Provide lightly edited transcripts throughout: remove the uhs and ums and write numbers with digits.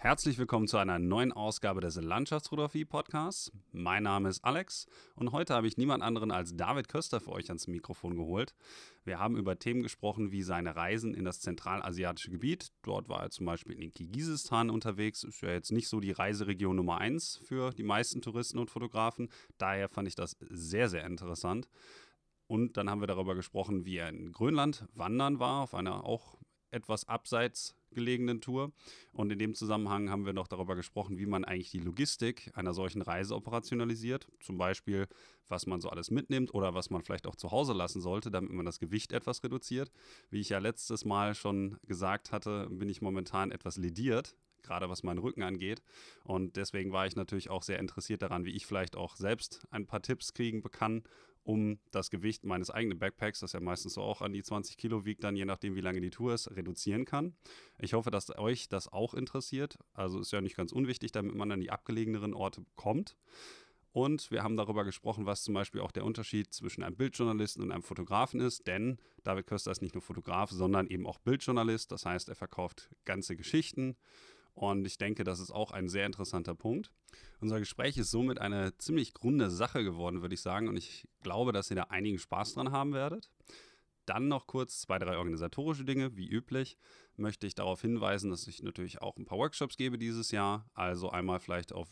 Herzlich willkommen zu einer neuen Ausgabe des Landschaftsfotografie-Podcasts. Mein Name ist Alex und heute habe ich niemand anderen als David Köster für euch ans Mikrofon geholt. Wir haben über Themen gesprochen wie seine Reisen in das zentralasiatische Gebiet. Dort war er zum Beispiel in Kirgisistan unterwegs. Ist ja jetzt nicht so die Reiseregion Nummer 1 für die meisten Touristen und Fotografen. Daher fand ich das sehr, sehr interessant. Und dann haben wir darüber gesprochen, wie er in Grönland wandern war, auf einer auch etwas abseits gelegenen Tour. Und in dem Zusammenhang haben wir noch darüber gesprochen, wie man eigentlich die Logistik einer solchen Reise operationalisiert. Zum Beispiel, was man so alles mitnimmt oder was man vielleicht auch zu Hause lassen sollte, damit man das Gewicht etwas reduziert. Wie ich ja letztes Mal schon gesagt hatte, bin ich momentan etwas lediert, gerade was meinen Rücken angeht. Und deswegen war ich natürlich auch sehr interessiert daran, wie ich vielleicht auch selbst ein paar Tipps kriegen kann, um das Gewicht meines eigenen Backpacks, das ja meistens so auch an die 20 Kilo wiegt, dann je nachdem, wie lange die Tour ist, reduzieren kann. Ich hoffe, dass euch das auch interessiert. Also ist ja nicht ganz unwichtig, damit man an die abgelegeneren Orte kommt. Und wir haben darüber gesprochen, was zum Beispiel auch der Unterschied zwischen einem Bildjournalisten und einem Fotografen ist. Denn David Köster ist nicht nur Fotograf, sondern eben auch Bildjournalist. Das heißt, er verkauft ganze Geschichten. Und ich denke, das ist auch ein sehr interessanter Punkt. Unser Gespräch ist somit eine ziemlich runde Sache geworden, würde ich sagen. Und ich glaube, dass ihr da einigen Spaß dran haben werdet. Dann noch kurz 2, 3 organisatorische Dinge. Wie üblich möchte ich darauf hinweisen, dass ich natürlich auch ein paar Workshops gebe dieses Jahr. Also einmal vielleicht auf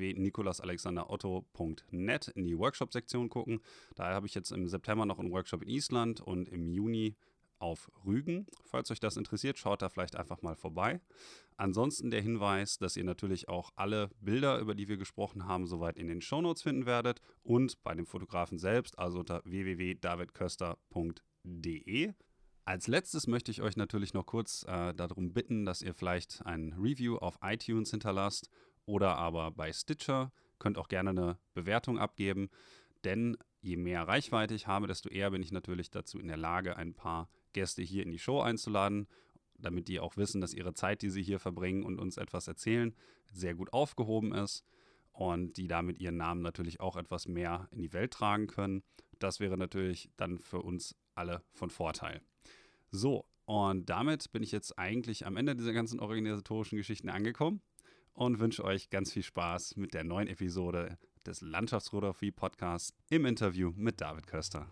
www.nikolasalexanderotto.net in die Workshop-Sektion gucken. Daher habe ich jetzt im September noch einen Workshop in Island und im Juni auf Rügen. Falls euch das interessiert, schaut da vielleicht einfach mal vorbei. Ansonsten der Hinweis, dass ihr natürlich auch alle Bilder, über die wir gesprochen haben, soweit in den Shownotes finden werdet und bei dem Fotografen selbst, also unter www.davidköster.de. Als letztes möchte ich euch natürlich noch kurz darum bitten, dass ihr vielleicht ein Review auf iTunes hinterlasst oder aber bei Stitcher. Könnt auch gerne eine Bewertung abgeben, denn je mehr Reichweite ich habe, desto eher bin ich natürlich dazu in der Lage, ein paar Gäste hier in die Show einzuladen, damit die auch wissen, dass ihre Zeit, die sie hier verbringen und uns etwas erzählen, sehr gut aufgehoben ist und die damit ihren Namen natürlich auch etwas mehr in die Welt tragen können. Das wäre natürlich dann für uns alle von Vorteil. So, und damit bin ich jetzt eigentlich am Ende dieser ganzen organisatorischen Geschichten angekommen und wünsche euch ganz viel Spaß mit der neuen Episode des Landschaftsfotografie-Podcasts im Interview mit David Köster.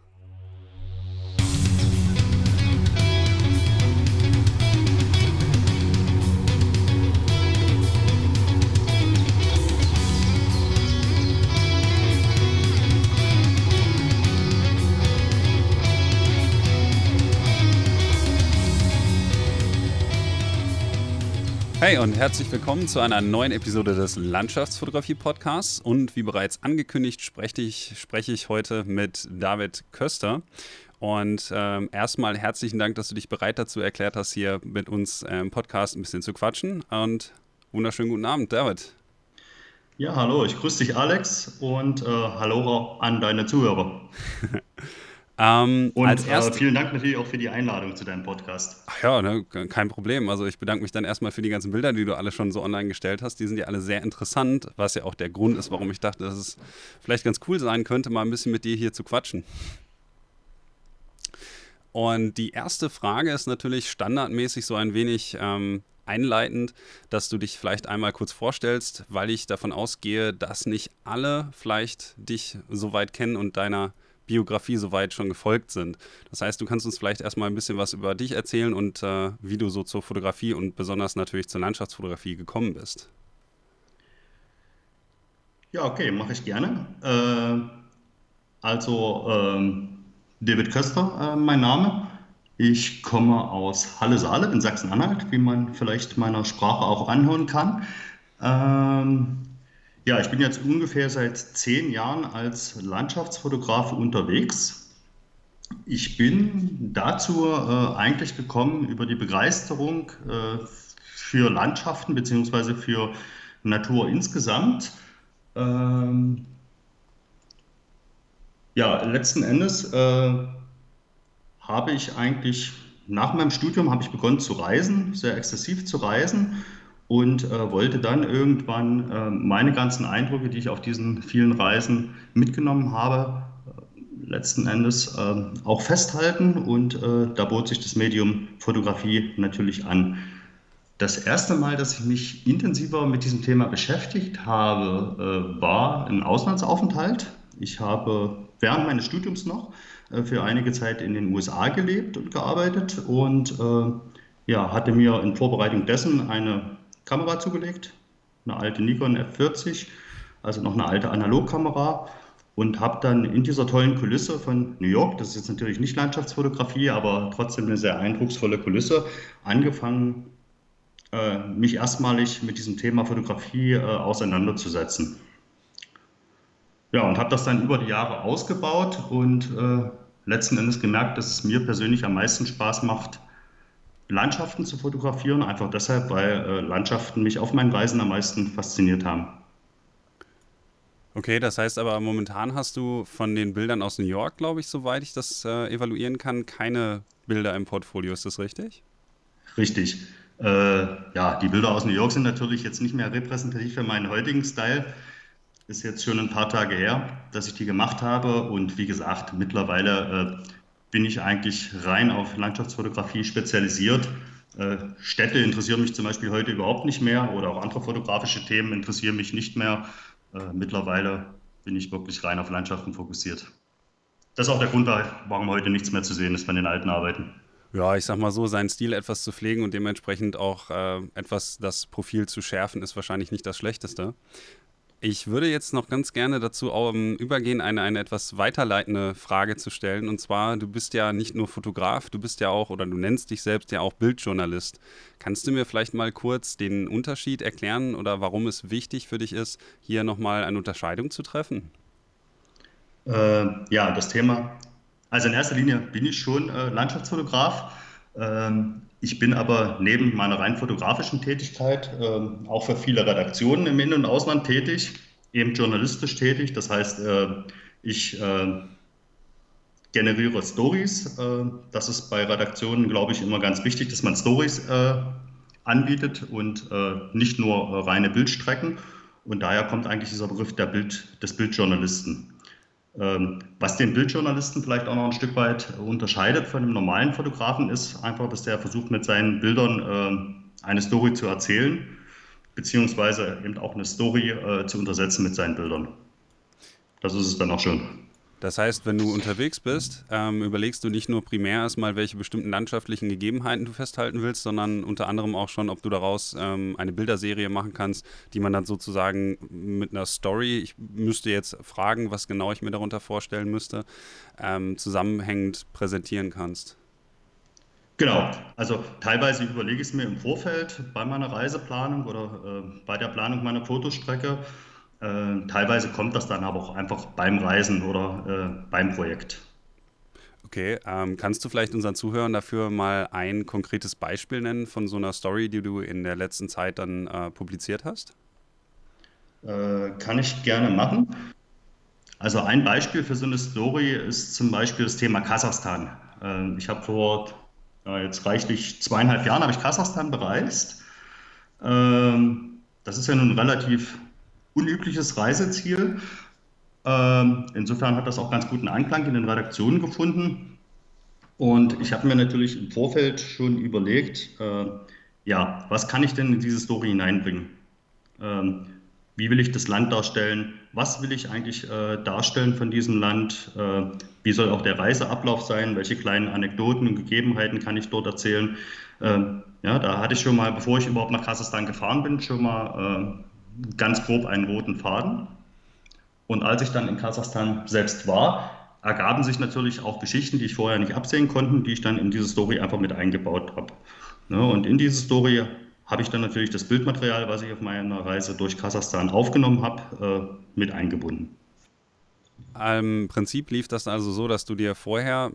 Hey und herzlich willkommen zu einer neuen Episode des Landschaftsfotografie-Podcasts. Und wie bereits angekündigt, spreche ich heute mit David Köster. Und erstmal herzlichen Dank, dass du dich bereit dazu erklärt hast, hier mit uns im Podcast ein bisschen zu quatschen. Und wunderschönen guten Abend, David. Ja, hallo, ich grüße dich, Alex, und hallo an deine Zuhörer. Vielen Dank natürlich auch für die Einladung zu deinem Podcast. Ach ja, ne, kein Problem. Also ich bedanke mich dann erstmal für die ganzen Bilder, die du alle schon so online gestellt hast. Die sind ja alle sehr interessant, was ja auch der Grund ist, warum ich dachte, dass es vielleicht ganz cool sein könnte, mal ein bisschen mit dir hier zu quatschen. Und die erste Frage ist natürlich standardmäßig so ein wenig einleitend, dass du dich vielleicht einmal kurz vorstellst, weil ich davon ausgehe, dass nicht alle vielleicht dich so weit kennen und deiner Biografie soweit schon gefolgt sind. Das heißt, du kannst uns vielleicht erstmal ein bisschen was über dich erzählen und wie du so zur Fotografie und besonders natürlich zur Landschaftsfotografie gekommen bist. Ja, okay, mache ich gerne. David Köster, mein Name. Ich komme aus Halle-Saale in Sachsen-Anhalt, wie man vielleicht meiner Sprache auch anhören kann. Ja, ich bin jetzt ungefähr seit 10 Jahren als Landschaftsfotograf unterwegs. Ich bin dazu eigentlich gekommen über die Begeisterung für Landschaften bzw. für Natur insgesamt. Letzten Endes habe ich eigentlich nach meinem Studium begonnen zu reisen, sehr exzessiv zu reisen. Und wollte dann irgendwann meine ganzen Eindrücke, die ich auf diesen vielen Reisen mitgenommen habe, letzten Endes auch festhalten. Und da bot sich das Medium Fotografie natürlich an. Das erste Mal, dass ich mich intensiver mit diesem Thema beschäftigt habe, war ein Auslandsaufenthalt. Ich habe während meines Studiums noch für einige Zeit in den USA gelebt und gearbeitet und ja, hatte mir in Vorbereitung dessen eine Kamera zugelegt, eine alte Nikon F40, also noch eine alte Analogkamera und habe dann in dieser tollen Kulisse von New York, das ist jetzt natürlich nicht Landschaftsfotografie, aber trotzdem eine sehr eindrucksvolle Kulisse, angefangen, mich erstmalig mit diesem Thema Fotografie auseinanderzusetzen. Ja, und habe das dann über die Jahre ausgebaut und letzten Endes gemerkt, dass es mir persönlich am meisten Spaß macht, Landschaften zu fotografieren, einfach deshalb, weil Landschaften mich auf meinen Reisen am meisten fasziniert haben. Okay, das heißt aber momentan hast du von den Bildern aus New York, glaube ich, soweit ich das evaluieren kann, keine Bilder im Portfolio. Ist das richtig? Richtig. Ja, die Bilder aus New York sind natürlich jetzt nicht mehr repräsentativ für meinen heutigen Style. Ist jetzt schon ein paar Tage her, dass ich die gemacht habe. Und wie gesagt, mittlerweile bin ich eigentlich rein auf Landschaftsfotografie spezialisiert. Städte interessieren mich zum Beispiel heute überhaupt nicht mehr oder auch andere fotografische Themen interessieren mich nicht mehr. Mittlerweile bin ich wirklich rein auf Landschaften fokussiert. Das ist auch der Grund, warum heute nichts mehr zu sehen ist von den alten Arbeiten. Ja, ich sag mal so, seinen Stil etwas zu pflegen und dementsprechend auch etwas das Profil zu schärfen, ist wahrscheinlich nicht das Schlechteste. Ich würde jetzt noch ganz gerne dazu übergehen, eine etwas weiterleitende Frage zu stellen. Und zwar, du bist ja nicht nur Fotograf, du bist ja auch, oder du nennst dich selbst ja auch Bildjournalist. Kannst du mir vielleicht mal kurz den Unterschied erklären oder warum es wichtig für dich ist, hier nochmal eine Unterscheidung zu treffen? Ja, das Thema. Also in erster Linie bin ich schon Landschaftsfotograf. Ich bin aber neben meiner rein fotografischen Tätigkeit auch für viele Redaktionen im In- und Ausland tätig, eben journalistisch tätig. Das heißt, ich generiere Stories. Das ist bei Redaktionen, glaube ich, immer ganz wichtig, dass man Stories anbietet und nicht nur reine Bildstrecken. Und daher kommt eigentlich dieser Begriff des Bildjournalisten. Was den Bildjournalisten vielleicht auch noch ein Stück weit unterscheidet von einem normalen Fotografen, ist einfach, dass der versucht, mit seinen Bildern eine Story zu erzählen, beziehungsweise eben auch eine Story zu untersetzen mit seinen Bildern. Das ist es dann auch schon. Das heißt, wenn du unterwegs bist, überlegst du nicht nur primär erstmal, welche bestimmten landschaftlichen Gegebenheiten du festhalten willst, sondern unter anderem auch schon, ob du daraus eine Bilderserie machen kannst, die man dann sozusagen mit einer Story, ich müsste jetzt fragen, was genau ich mir darunter vorstellen müsste, zusammenhängend präsentieren kannst. Genau, also teilweise überlege ich es mir im Vorfeld bei meiner Reiseplanung oder bei der Planung meiner Fotostrecke. Teilweise kommt das dann aber auch einfach beim Reisen oder beim Projekt. Okay, kannst du vielleicht unseren Zuhörern dafür mal ein konkretes Beispiel nennen von so einer Story, die du in der letzten Zeit dann publiziert hast? Kann ich gerne machen. Also ein Beispiel für so eine Story ist zum Beispiel das Thema Kasachstan. Ich habe vor jetzt reichlich 2,5 Jahren habe ich Kasachstan bereist. Das ist ja nun ein relativ unübliches Reiseziel. Insofern hat das auch ganz guten Anklang in den Redaktionen gefunden. Und ich habe mir natürlich im Vorfeld schon überlegt, ja, was kann ich denn in diese Story hineinbringen? Ähm, Wie will ich das Land darstellen? Was will ich eigentlich darstellen von diesem Land? Wie soll auch der Reiseablauf sein? Welche kleinen Anekdoten und Gegebenheiten kann ich dort erzählen? Ja, da hatte ich schon mal, bevor ich überhaupt nach Kasachstan gefahren bin, schon mal ganz grob einen roten Faden. Und als ich dann in Kasachstan selbst war, ergaben sich natürlich auch Geschichten, die ich vorher nicht absehen konnte, die ich dann in diese Story einfach mit eingebaut habe. Ne, und in diese Story habe ich dann natürlich das Bildmaterial, was ich auf meiner Reise durch Kasachstan aufgenommen habe, mit eingebunden. Im Prinzip lief das also so, dass du dir vorher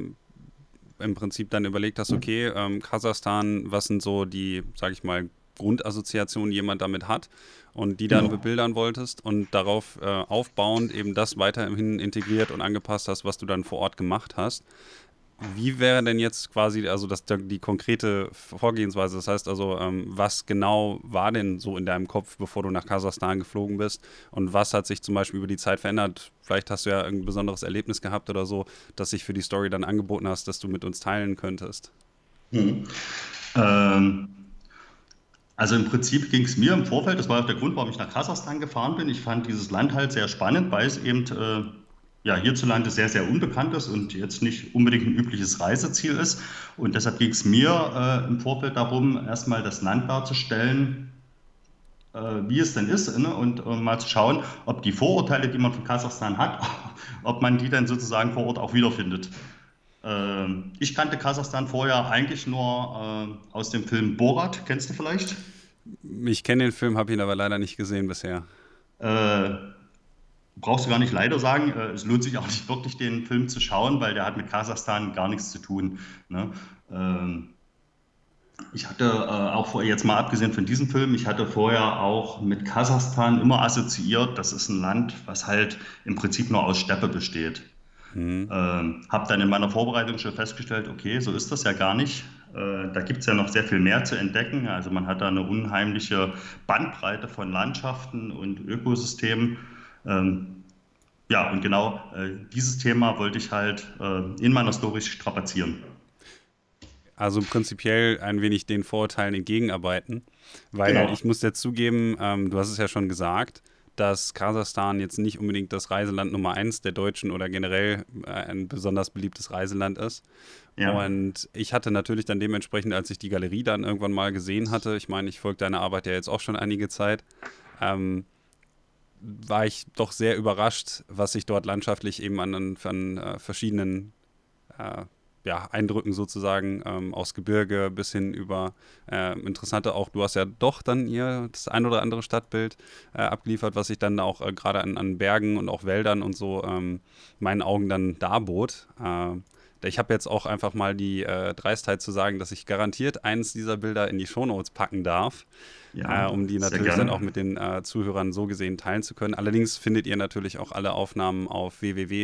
im Prinzip dann überlegt hast, okay, Kasachstan, was sind so die, sage ich mal, Grundassoziationen, die jemand damit hat und die dann Genau. bebildern wolltest und darauf aufbauend eben das weiterhin integriert und angepasst hast, was du dann vor Ort gemacht hast. Wie wäre denn jetzt quasi, also die konkrete Vorgehensweise, das heißt also, was genau war denn so in deinem Kopf, bevor du nach Kasachstan geflogen bist und was hat sich zum Beispiel über die Zeit verändert? Vielleicht hast du ja irgendein besonderes Erlebnis gehabt oder so, das sich für die Story dann angeboten hast, dass du mit uns teilen könntest. Mhm. Ähm, Also im Prinzip ging es mir im Vorfeld, das war auch der Grund, warum ich nach Kasachstan gefahren bin. Ich fand dieses Land halt sehr spannend, weil es eben ja, hierzulande sehr, sehr unbekannt ist und jetzt nicht unbedingt ein übliches Reiseziel ist. Und deshalb ging es mir im Vorfeld darum, erstmal das Land darzustellen, wie es denn ist, ne? Und mal zu schauen, ob die Vorurteile, die man von Kasachstan hat, ob man die dann sozusagen vor Ort auch wiederfindet. Ich kannte Kasachstan vorher eigentlich nur aus dem Film Borat, kennst du vielleicht? Ich kenne den Film, habe ihn aber leider nicht gesehen bisher. Äh, Brauchst du gar nicht leider sagen, es lohnt sich auch nicht wirklich, den Film zu schauen, weil der hat mit Kasachstan gar nichts zu tun. Ne? Ähm, Ich hatte auch vorher, jetzt mal abgesehen von diesem Film, ich hatte vorher auch mit Kasachstan immer assoziiert, das ist ein Land, was halt im Prinzip nur aus Steppe besteht. Hm. Habe dann in meiner Vorbereitung schon festgestellt, okay, so ist das ja gar nicht. Da gibt es ja noch sehr viel mehr zu entdecken. Also man hat da eine unheimliche Bandbreite von Landschaften und Ökosystemen. Ähm, ja, und genau dieses Thema wollte ich halt in meiner Story strapazieren. Also prinzipiell ein wenig den Vorurteilen entgegenarbeiten, weil Genau. ich muss dir zugeben, du hast es ja schon gesagt, dass Kasachstan jetzt nicht unbedingt das Reiseland Nummer eins der Deutschen oder generell ein besonders beliebtes Reiseland ist. Ja. Und ich hatte natürlich dann dementsprechend, als ich die Galerie dann irgendwann mal gesehen hatte, ich meine, ich folge deiner Arbeit ja jetzt auch schon einige Zeit, ähm, war ich doch sehr überrascht, was sich dort landschaftlich eben an verschiedenen äh, ja, Eindrücken sozusagen aus Gebirge bis hin über interessante auch, du hast ja doch dann hier das ein oder andere Stadtbild abgeliefert, was sich dann auch gerade an Bergen und auch Wäldern und so meinen Augen dann darbot. Ich habe jetzt auch einfach mal die Dreistheit zu sagen, dass ich garantiert eines dieser Bilder in die Shownotes packen darf, Ja, um die sehr natürlich dann auch gerne. mit den Zuhörern so gesehen teilen zu können. Allerdings findet ihr natürlich auch alle Aufnahmen auf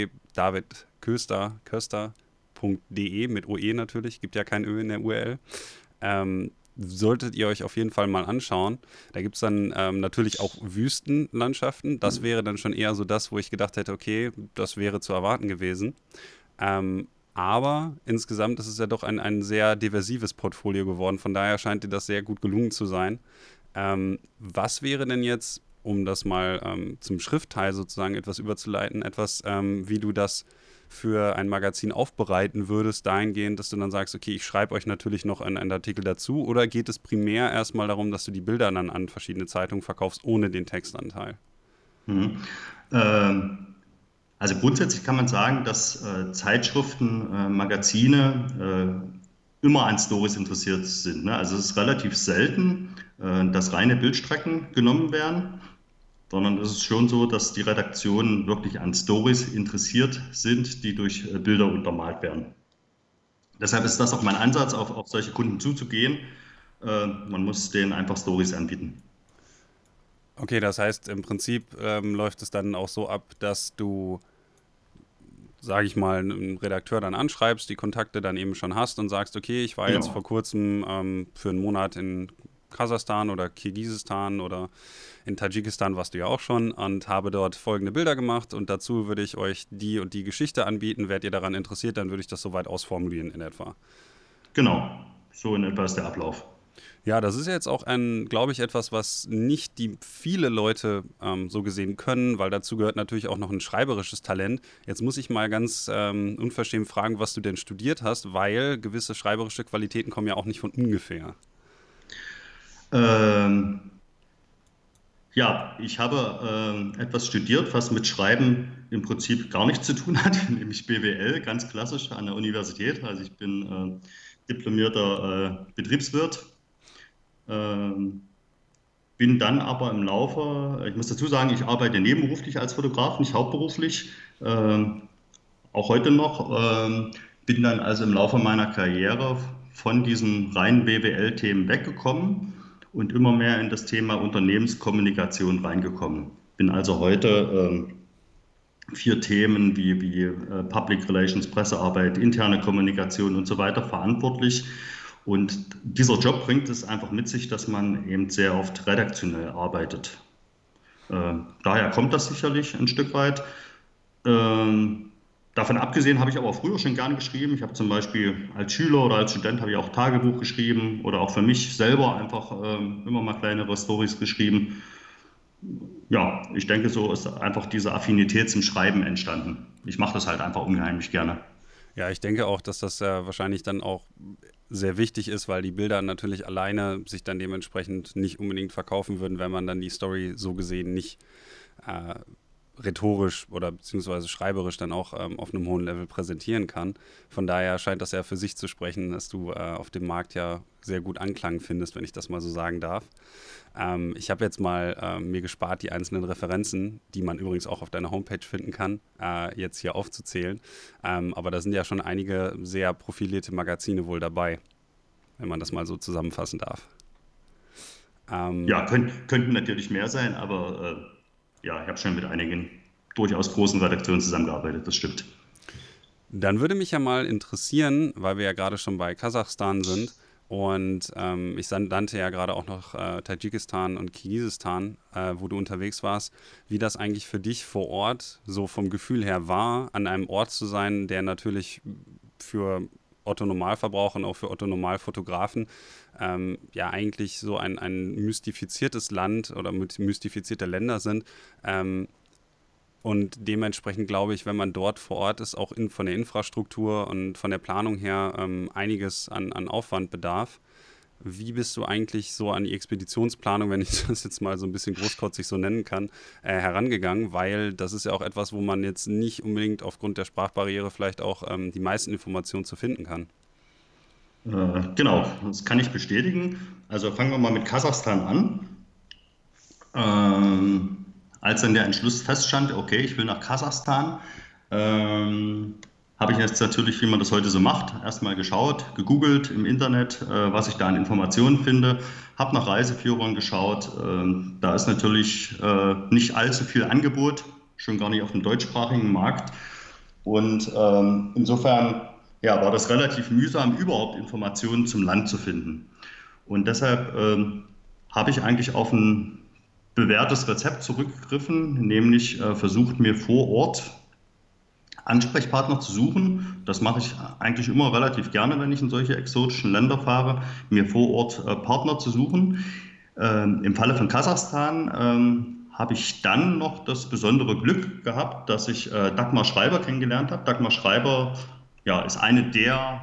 www.davidköster.de mit OE natürlich, gibt ja kein Ö in der URL. Solltet ihr euch auf jeden Fall mal anschauen. Da gibt es dann natürlich auch Wüstenlandschaften. Das wäre dann schon eher so das, wo ich gedacht hätte, okay, das wäre zu erwarten gewesen. Aber insgesamt ist es ja doch ein sehr diversives Portfolio geworden. Von daher scheint dir das sehr gut gelungen zu sein. Was wäre denn jetzt, um das mal zum Schriftteil sozusagen etwas überzuleiten, etwas, wie du das für ein Magazin aufbereiten würdest, dahingehend, dass du dann sagst, okay, ich schreibe euch natürlich noch einen Artikel dazu, oder geht es primär erstmal darum, dass du die Bilder dann an verschiedene Zeitungen verkaufst, ohne den Textanteil? Mhm. Ähm, also grundsätzlich kann man sagen, dass Zeitschriften, Magazine immer an Stories interessiert sind. Ne? Also es ist relativ selten, dass reine Bildstrecken genommen werden, sondern es ist schon so, dass die Redaktionen wirklich an Stories interessiert sind, die durch Bilder untermalt werden. Deshalb ist das auch mein Ansatz, auf solche Kunden zuzugehen. Man muss denen einfach Stories anbieten. Okay, das heißt, im Prinzip läuft es dann auch so ab, dass du, sage ich mal, einen Redakteur dann anschreibst, die Kontakte dann eben schon hast und sagst, okay, ich war jetzt vor Genau. kurzem für einen Monat in Kasachstan oder Kirgisistan oder in Tadschikistan warst du ja auch schon und habe dort folgende Bilder gemacht und dazu würde ich euch die und die Geschichte anbieten. Wärt ihr daran interessiert, dann würde ich das soweit ausformulieren in etwa. Genau. So in etwa ist der Ablauf. Ja, das ist ja jetzt auch glaube ich, etwas, was nicht die viele Leute so gesehen können, weil dazu gehört natürlich auch noch ein schreiberisches Talent. Jetzt muss ich mal ganz unverschämt fragen, was du denn studiert hast, weil gewisse schreiberische Qualitäten kommen ja auch nicht von ungefähr. Ähm, ja, ich habe etwas studiert, was mit Schreiben im Prinzip gar nichts zu tun hat, nämlich BWL, ganz klassisch an der Universität. Also ich bin diplomierter Betriebswirt. Ähm, Bin dann aber im Laufe, ich muss dazu sagen, ich arbeite nebenberuflich als Fotograf, nicht hauptberuflich, ähm, auch heute noch. Bin dann also im Laufe meiner Karriere von diesen reinen BWL-Themen weggekommen und immer mehr in das Thema Unternehmenskommunikation reingekommen. Bin also heute für Themen wie Public Relations, Pressearbeit, interne Kommunikation und so weiter verantwortlich. Und dieser Job bringt es einfach mit sich, dass man eben sehr oft redaktionell arbeitet. Daher kommt das sicherlich ein Stück weit. Ähm, Davon abgesehen habe ich aber früher schon gerne geschrieben. Ich habe zum Beispiel als Schüler oder als Student habe ich auch Tagebuch geschrieben oder auch für mich selber einfach immer mal kleinere Storys geschrieben. Ja, ich denke, so ist einfach diese Affinität zum Schreiben entstanden. Ich mache das halt einfach unheimlich gerne. Ja, ich denke auch, dass das wahrscheinlich dann auch sehr wichtig ist, weil die Bilder natürlich alleine sich dann dementsprechend nicht unbedingt verkaufen würden, wenn man dann die Story so gesehen nicht äh, rhetorisch oder beziehungsweise schreiberisch dann auch auf einem hohen Level präsentieren kann. Von daher scheint das ja für sich zu sprechen, dass du auf dem Markt ja sehr gut Anklang findest, wenn ich das mal so sagen darf. Ich habe jetzt mal mir gespart, die einzelnen Referenzen, die man übrigens auch auf deiner Homepage finden kann, jetzt hier aufzuzählen. Aber da sind ja schon einige sehr profilierte Magazine wohl dabei, wenn man das mal so zusammenfassen darf. Ja, könnten natürlich mehr sein, aber ja, ich habe schon mit einigen durchaus großen Redaktionen zusammengearbeitet, das stimmt. Dann würde mich ja mal interessieren, weil wir ja gerade schon bei Kasachstan sind und ich nannte ja gerade auch noch Tadschikistan und Kirgisistan, wo du unterwegs warst, wie das eigentlich für dich vor Ort so vom Gefühl her war, an einem Ort zu sein, der natürlich für Otto-Normalverbraucher und auch für Otto-Normalfotografen ja eigentlich so ein mystifiziertes Land oder mystifizierte Länder sind. Und dementsprechend glaube ich, wenn man dort vor Ort ist, auch von der Infrastruktur und von der Planung her einiges an Aufwand bedarf. Wie bist du eigentlich so an die Expeditionsplanung, wenn ich das jetzt mal so ein bisschen großkotzig so nennen kann, herangegangen? Weil das ist ja auch etwas, wo man jetzt nicht unbedingt aufgrund der Sprachbarriere vielleicht auch die meisten Informationen zu finden kann. Genau, das kann ich bestätigen. Also fangen wir mal mit Kasachstan an. Als dann der Entschluss feststand, okay, ich will nach Kasachstan, habe ich jetzt natürlich, wie man das heute so macht, erstmal geschaut, gegoogelt im Internet, was ich da an Informationen finde, habe nach Reiseführern geschaut. Da ist natürlich nicht allzu viel Angebot, schon gar nicht auf dem deutschsprachigen Markt. Und insofern ja, war das relativ mühsam, überhaupt Informationen zum Land zu finden. Und deshalb habe ich eigentlich auf ein bewährtes Rezept zurückgegriffen, nämlich versucht mir vor Ort Ansprechpartner zu suchen. Das mache ich eigentlich immer relativ gerne, wenn ich in solche exotischen Länder fahre, mir vor Ort Partner zu suchen. Im Falle von Kasachstan habe ich dann noch das besondere Glück gehabt, dass ich Dagmar Schreiber kennengelernt habe. Dagmar Schreiber ja, ist eine der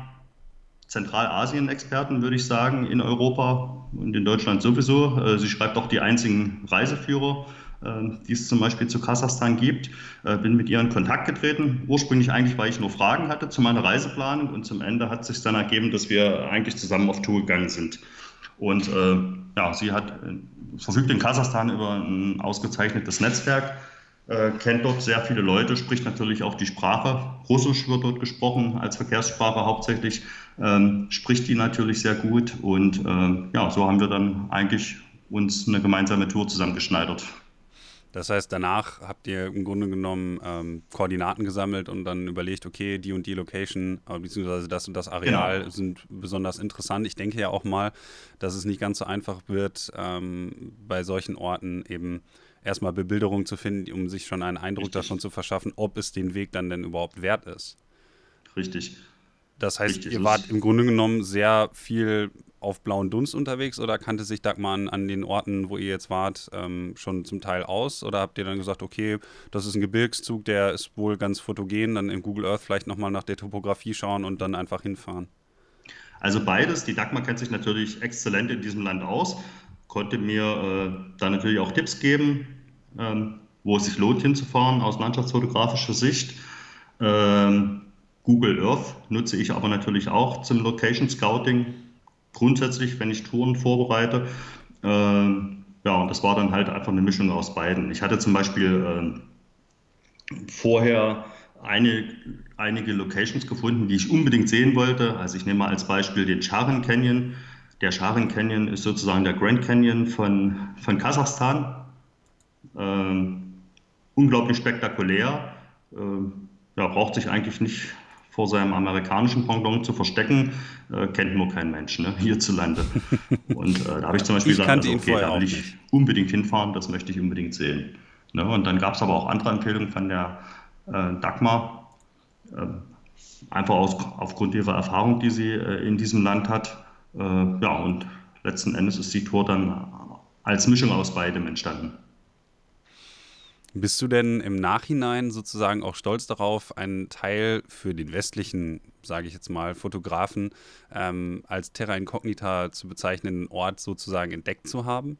Zentralasien-Experten, würde ich sagen, in Europa und in Deutschland sowieso. Sie schreibt auch die einzigen Reiseführer, die es zum Beispiel zu Kasachstan gibt. Bin mit ihr in Kontakt getreten. Ursprünglich eigentlich, weil ich nur Fragen hatte zu meiner Reiseplanung und zum Ende hat es sich dann ergeben, dass wir eigentlich zusammen auf Tour gegangen sind. Und ja, sie verfügt in Kasachstan über ein ausgezeichnetes Netzwerk, kennt dort sehr viele Leute, spricht natürlich auch die Sprache. Russisch wird dort gesprochen als Verkehrssprache hauptsächlich, spricht die natürlich sehr gut und ja, so haben wir dann eigentlich uns eine gemeinsame Tour zusammengeschneidert. Das heißt, danach habt ihr im Grunde genommen Koordinaten gesammelt und dann überlegt, okay, die und die Location, beziehungsweise das und das Areal sind besonders interessant. Ich denke ja auch mal, dass es nicht ganz so einfach wird, bei solchen Orten eben erstmal Bebilderung zu finden, um sich schon einen Eindruck davon zu verschaffen, ob es den Weg dann denn überhaupt wert ist. Richtig. Das heißt, Richtig. ihr wart im Grunde genommen sehr viel auf blauen Dunst unterwegs oder kannte sich Dagmar an den Orten, wo ihr jetzt wart, schon zum Teil aus? Oder habt ihr dann gesagt, okay, das ist ein Gebirgszug, der ist wohl ganz fotogen, dann in Google Earth vielleicht nochmal nach der Topografie schauen und dann einfach hinfahren? Also beides. Die Dagmar kennt sich natürlich exzellent in diesem Land aus, konnte mir da natürlich auch Tipps geben, wo es sich lohnt hinzufahren aus landschaftsfotografischer Sicht. Google Earth nutze ich aber natürlich auch zum Location Scouting, grundsätzlich, wenn ich Touren vorbereite. Ja, und das war dann halt einfach eine Mischung aus beiden. Ich hatte zum Beispiel vorher einige Locations gefunden, die ich unbedingt sehen wollte. Also ich nehme mal als Beispiel den Charen Canyon. Der Charen Canyon ist sozusagen der Grand Canyon von Kasachstan. Unglaublich spektakulär. Ja, braucht sich eigentlich nicht vor seinem amerikanischen Pendant zu verstecken, kennt nur kein Mensch, ne, hierzulande. Und da habe ich zum Beispiel gesagt, also, okay, da will ich unbedingt hinfahren, das möchte ich unbedingt sehen. Ne, und dann gab es aber auch andere Empfehlungen von der Dagmar, einfach aufgrund ihrer Erfahrung, die sie in diesem Land hat. Ja, und letzten Endes ist die Tour dann als Mischung aus beidem entstanden. Bist du denn im Nachhinein sozusagen auch stolz darauf, einen Teil für den westlichen, sage ich jetzt mal, Fotografen als Terra Incognita zu bezeichnenden Ort sozusagen entdeckt zu haben?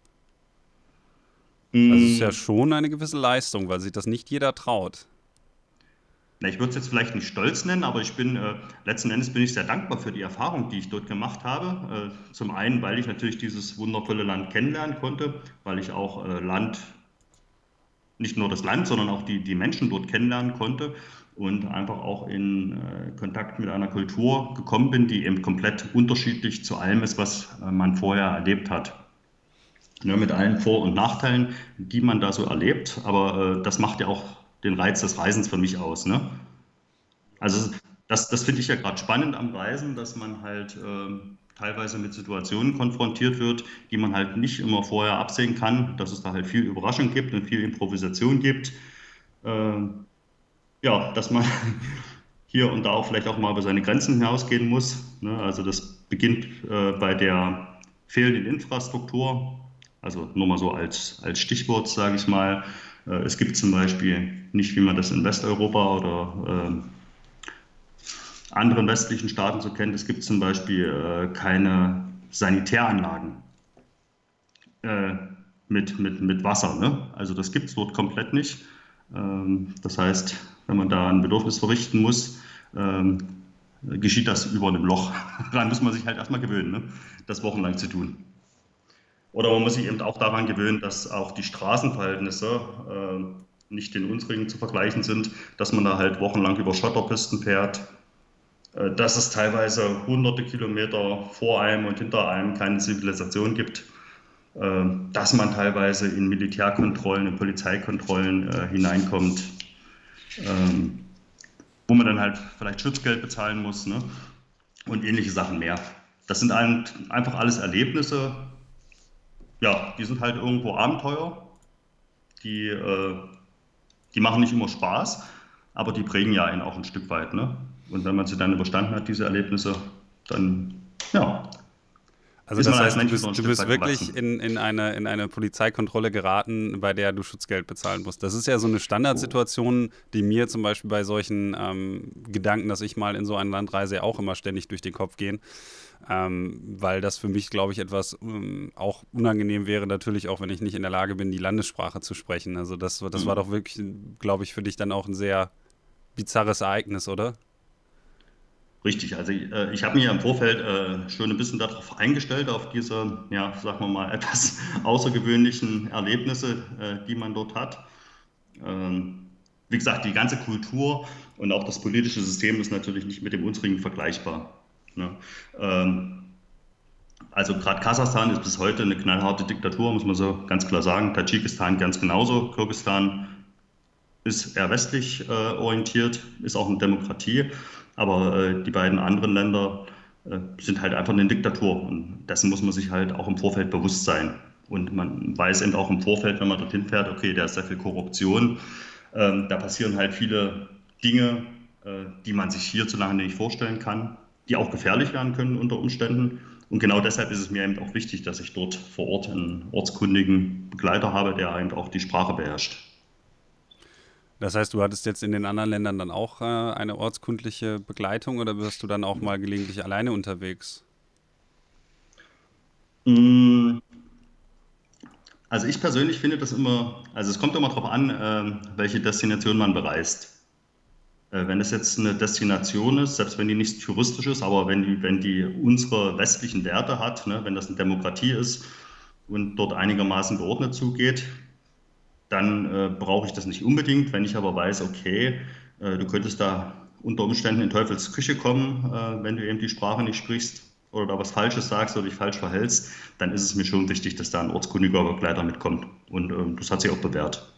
Also es ist ja Mm, schon eine gewisse Leistung, weil sich das nicht jeder traut. Na, ich würde es jetzt vielleicht nicht stolz nennen, aber letzten Endes bin ich sehr dankbar für die Erfahrung, die ich dort gemacht habe. Zum einen, weil ich natürlich dieses wundervolle Land kennenlernen konnte, weil ich auch nicht nur das Land, sondern auch die Menschen dort kennenlernen konnte und einfach auch in Kontakt mit einer Kultur gekommen bin, die eben komplett unterschiedlich zu allem ist, was man vorher erlebt hat. Ja, mit allen Vor- und Nachteilen, die man da so erlebt, aber das macht ja auch den Reiz des Reisens für mich aus. Ne? Also das finde ich ja gerade spannend am Reisen, dass man halt teilweise mit Situationen konfrontiert wird, die man halt nicht immer vorher absehen kann, dass es da halt viel Überraschung gibt und viel Improvisation gibt. Ähm, ja, dass man hier und da auch vielleicht auch mal über seine Grenzen hinausgehen muss. Ne? Also das beginnt bei der fehlenden Infrastruktur. Also nur mal so als Stichwort, sage ich mal. Es gibt zum Beispiel nicht, wie man das in Westeuropa oder anderen westlichen Staaten so kennt, es gibt zum Beispiel keine Sanitäranlagen äh, mit Wasser. Ne? Also das gibt es dort komplett nicht. Das heißt, wenn man da ein Bedürfnis verrichten muss, ähm, geschieht das über einem Loch. Daran muss man sich halt erstmal gewöhnen, ne? Das wochenlang zu tun. Oder man muss sich eben auch daran gewöhnen, dass auch die Straßenverhältnisse nicht den unsrigen zu vergleichen sind, dass man da halt wochenlang über Schotterpisten fährt, dass es teilweise hunderte Kilometer vor einem und hinter einem keine Zivilisation gibt, dass man teilweise in Militärkontrollen, in Polizeikontrollen hineinkommt, ähm, wo man dann halt vielleicht Schutzgeld bezahlen muss, ne? Und ähnliche Sachen mehr. Das sind einfach alles Erlebnisse, ja, die sind halt irgendwo Abenteuer, die, äh, die machen nicht immer Spaß, aber die prägen ja einen auch ein Stück weit. Ne? Und wenn man sie dann überstanden hat, diese Erlebnisse, dann ja, Also ist man das als heißt, Mensch wieder ein du Stück bist weit wirklich gewachsen. in eine Polizeikontrolle geraten, bei der du Schutzgeld bezahlen musst. Das ist ja so eine Standardsituation, die mir zum Beispiel bei solchen Gedanken, dass ich mal in so ein Land reise, ja auch immer ständig durch den Kopf gehen. Weil das für mich, glaube ich, etwas auch unangenehm wäre, natürlich auch, wenn ich nicht in der Lage bin, die Landessprache zu sprechen. Also das war doch wirklich, glaube ich, für dich dann auch ein sehr bizarres Ereignis, oder? Richtig, also ich habe mich ja im Vorfeld schon ein bisschen darauf eingestellt, auf diese, ja, sagen wir mal, etwas außergewöhnlichen Erlebnisse, die man dort hat. Ähm, Wie gesagt, die ganze Kultur und auch das politische System ist natürlich nicht mit dem unsrigen vergleichbar. Ne? Ähm, also gerade Kasachstan ist bis heute eine knallharte Diktatur, muss man so ganz klar sagen. Tadschikistan ganz genauso. Kirgisistan ist eher westlich orientiert, ist auch eine Demokratie, aber die beiden anderen Länder sind halt einfach eine Diktatur und dessen muss man sich halt auch im Vorfeld bewusst sein. Und man weiß eben auch im Vorfeld, wenn man dorthin fährt, okay, da ist sehr viel Korruption, da passieren halt viele Dinge, die man sich hierzulande nicht vorstellen kann, die auch gefährlich werden können unter Umständen. Und genau deshalb ist es mir eben auch wichtig, dass ich dort vor Ort einen ortskundigen Begleiter habe, der eben auch die Sprache beherrscht. Das heißt, du hattest jetzt in den anderen Ländern dann auch eine ortskundliche Begleitung oder bist du dann auch mal gelegentlich alleine unterwegs? Mm, Also ich persönlich finde das immer, also es kommt immer darauf an, welche Destination man bereist. Wenn es jetzt eine Destination ist, selbst wenn die nicht touristisch ist, aber wenn die unsere westlichen Werte hat, ne, wenn das eine Demokratie ist und dort einigermaßen geordnet zugeht, dann brauche ich das nicht unbedingt. Wenn ich aber weiß, okay, du könntest da unter Umständen in Teufels Küche kommen, wenn du eben die Sprache nicht sprichst oder da was Falsches sagst oder dich falsch verhältst, dann ist es mir schon wichtig, dass da ein ortskundiger Begleiter mitkommt. Und das hat sich auch bewährt.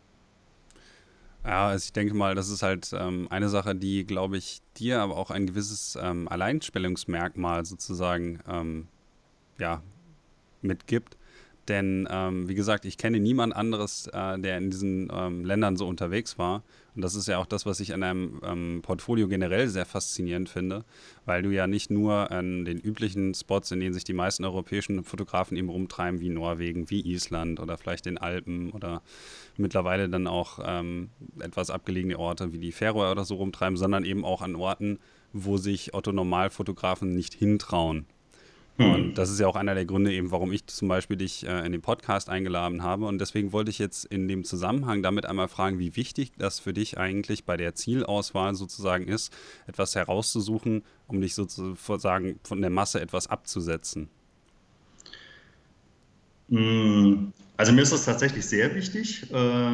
Ja, also ich denke mal, das ist halt eine Sache, die, glaube ich, dir aber auch ein gewisses Alleinstellungsmerkmal sozusagen ja, mitgibt. Denn wie gesagt, ich kenne niemand anderes, der in diesen Ländern so unterwegs war. Und das ist ja auch das, was ich an einem Portfolio generell sehr faszinierend finde, weil du ja nicht nur an den üblichen Spots, in denen sich die meisten europäischen Fotografen eben rumtreiben, wie Norwegen, wie Island oder vielleicht den Alpen oder mittlerweile dann auch etwas abgelegene Orte wie die Färöer oder so rumtreiben, sondern eben auch an Orten, wo sich Otto-Normalfotografen nicht hintrauen. Und das ist ja auch einer der Gründe eben, warum ich zum Beispiel dich in den Podcast eingeladen habe. Und deswegen wollte ich jetzt in dem Zusammenhang damit einmal fragen, wie wichtig das für dich eigentlich bei der Zielauswahl sozusagen ist, etwas herauszusuchen, um dich sozusagen von der Masse etwas abzusetzen. Also mir ist das tatsächlich sehr wichtig,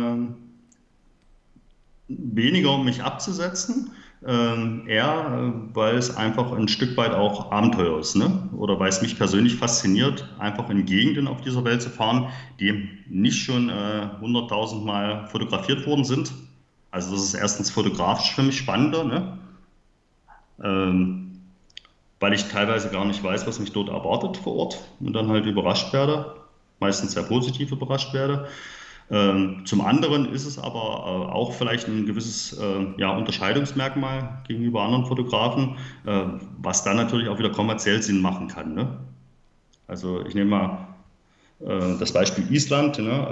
weniger um mich abzusetzen, eher weil es einfach ein Stück weit auch Abenteuer ist, ne? Oder weil es mich persönlich fasziniert, einfach in Gegenden auf dieser Welt zu fahren, die nicht schon 100.000 Mal fotografiert worden sind. Also das ist erstens fotografisch für mich spannender, ne? Ähm, Weil ich teilweise gar nicht weiß, was mich dort erwartet vor Ort und dann halt überrascht werde, meistens sehr positiv überrascht werde. Zum anderen ist es aber auch vielleicht ein gewisses ja, Unterscheidungsmerkmal gegenüber anderen Fotografen, was dann natürlich auch wieder kommerziell Sinn machen kann. Ne? Also ich nehme mal das Beispiel Island. Ne?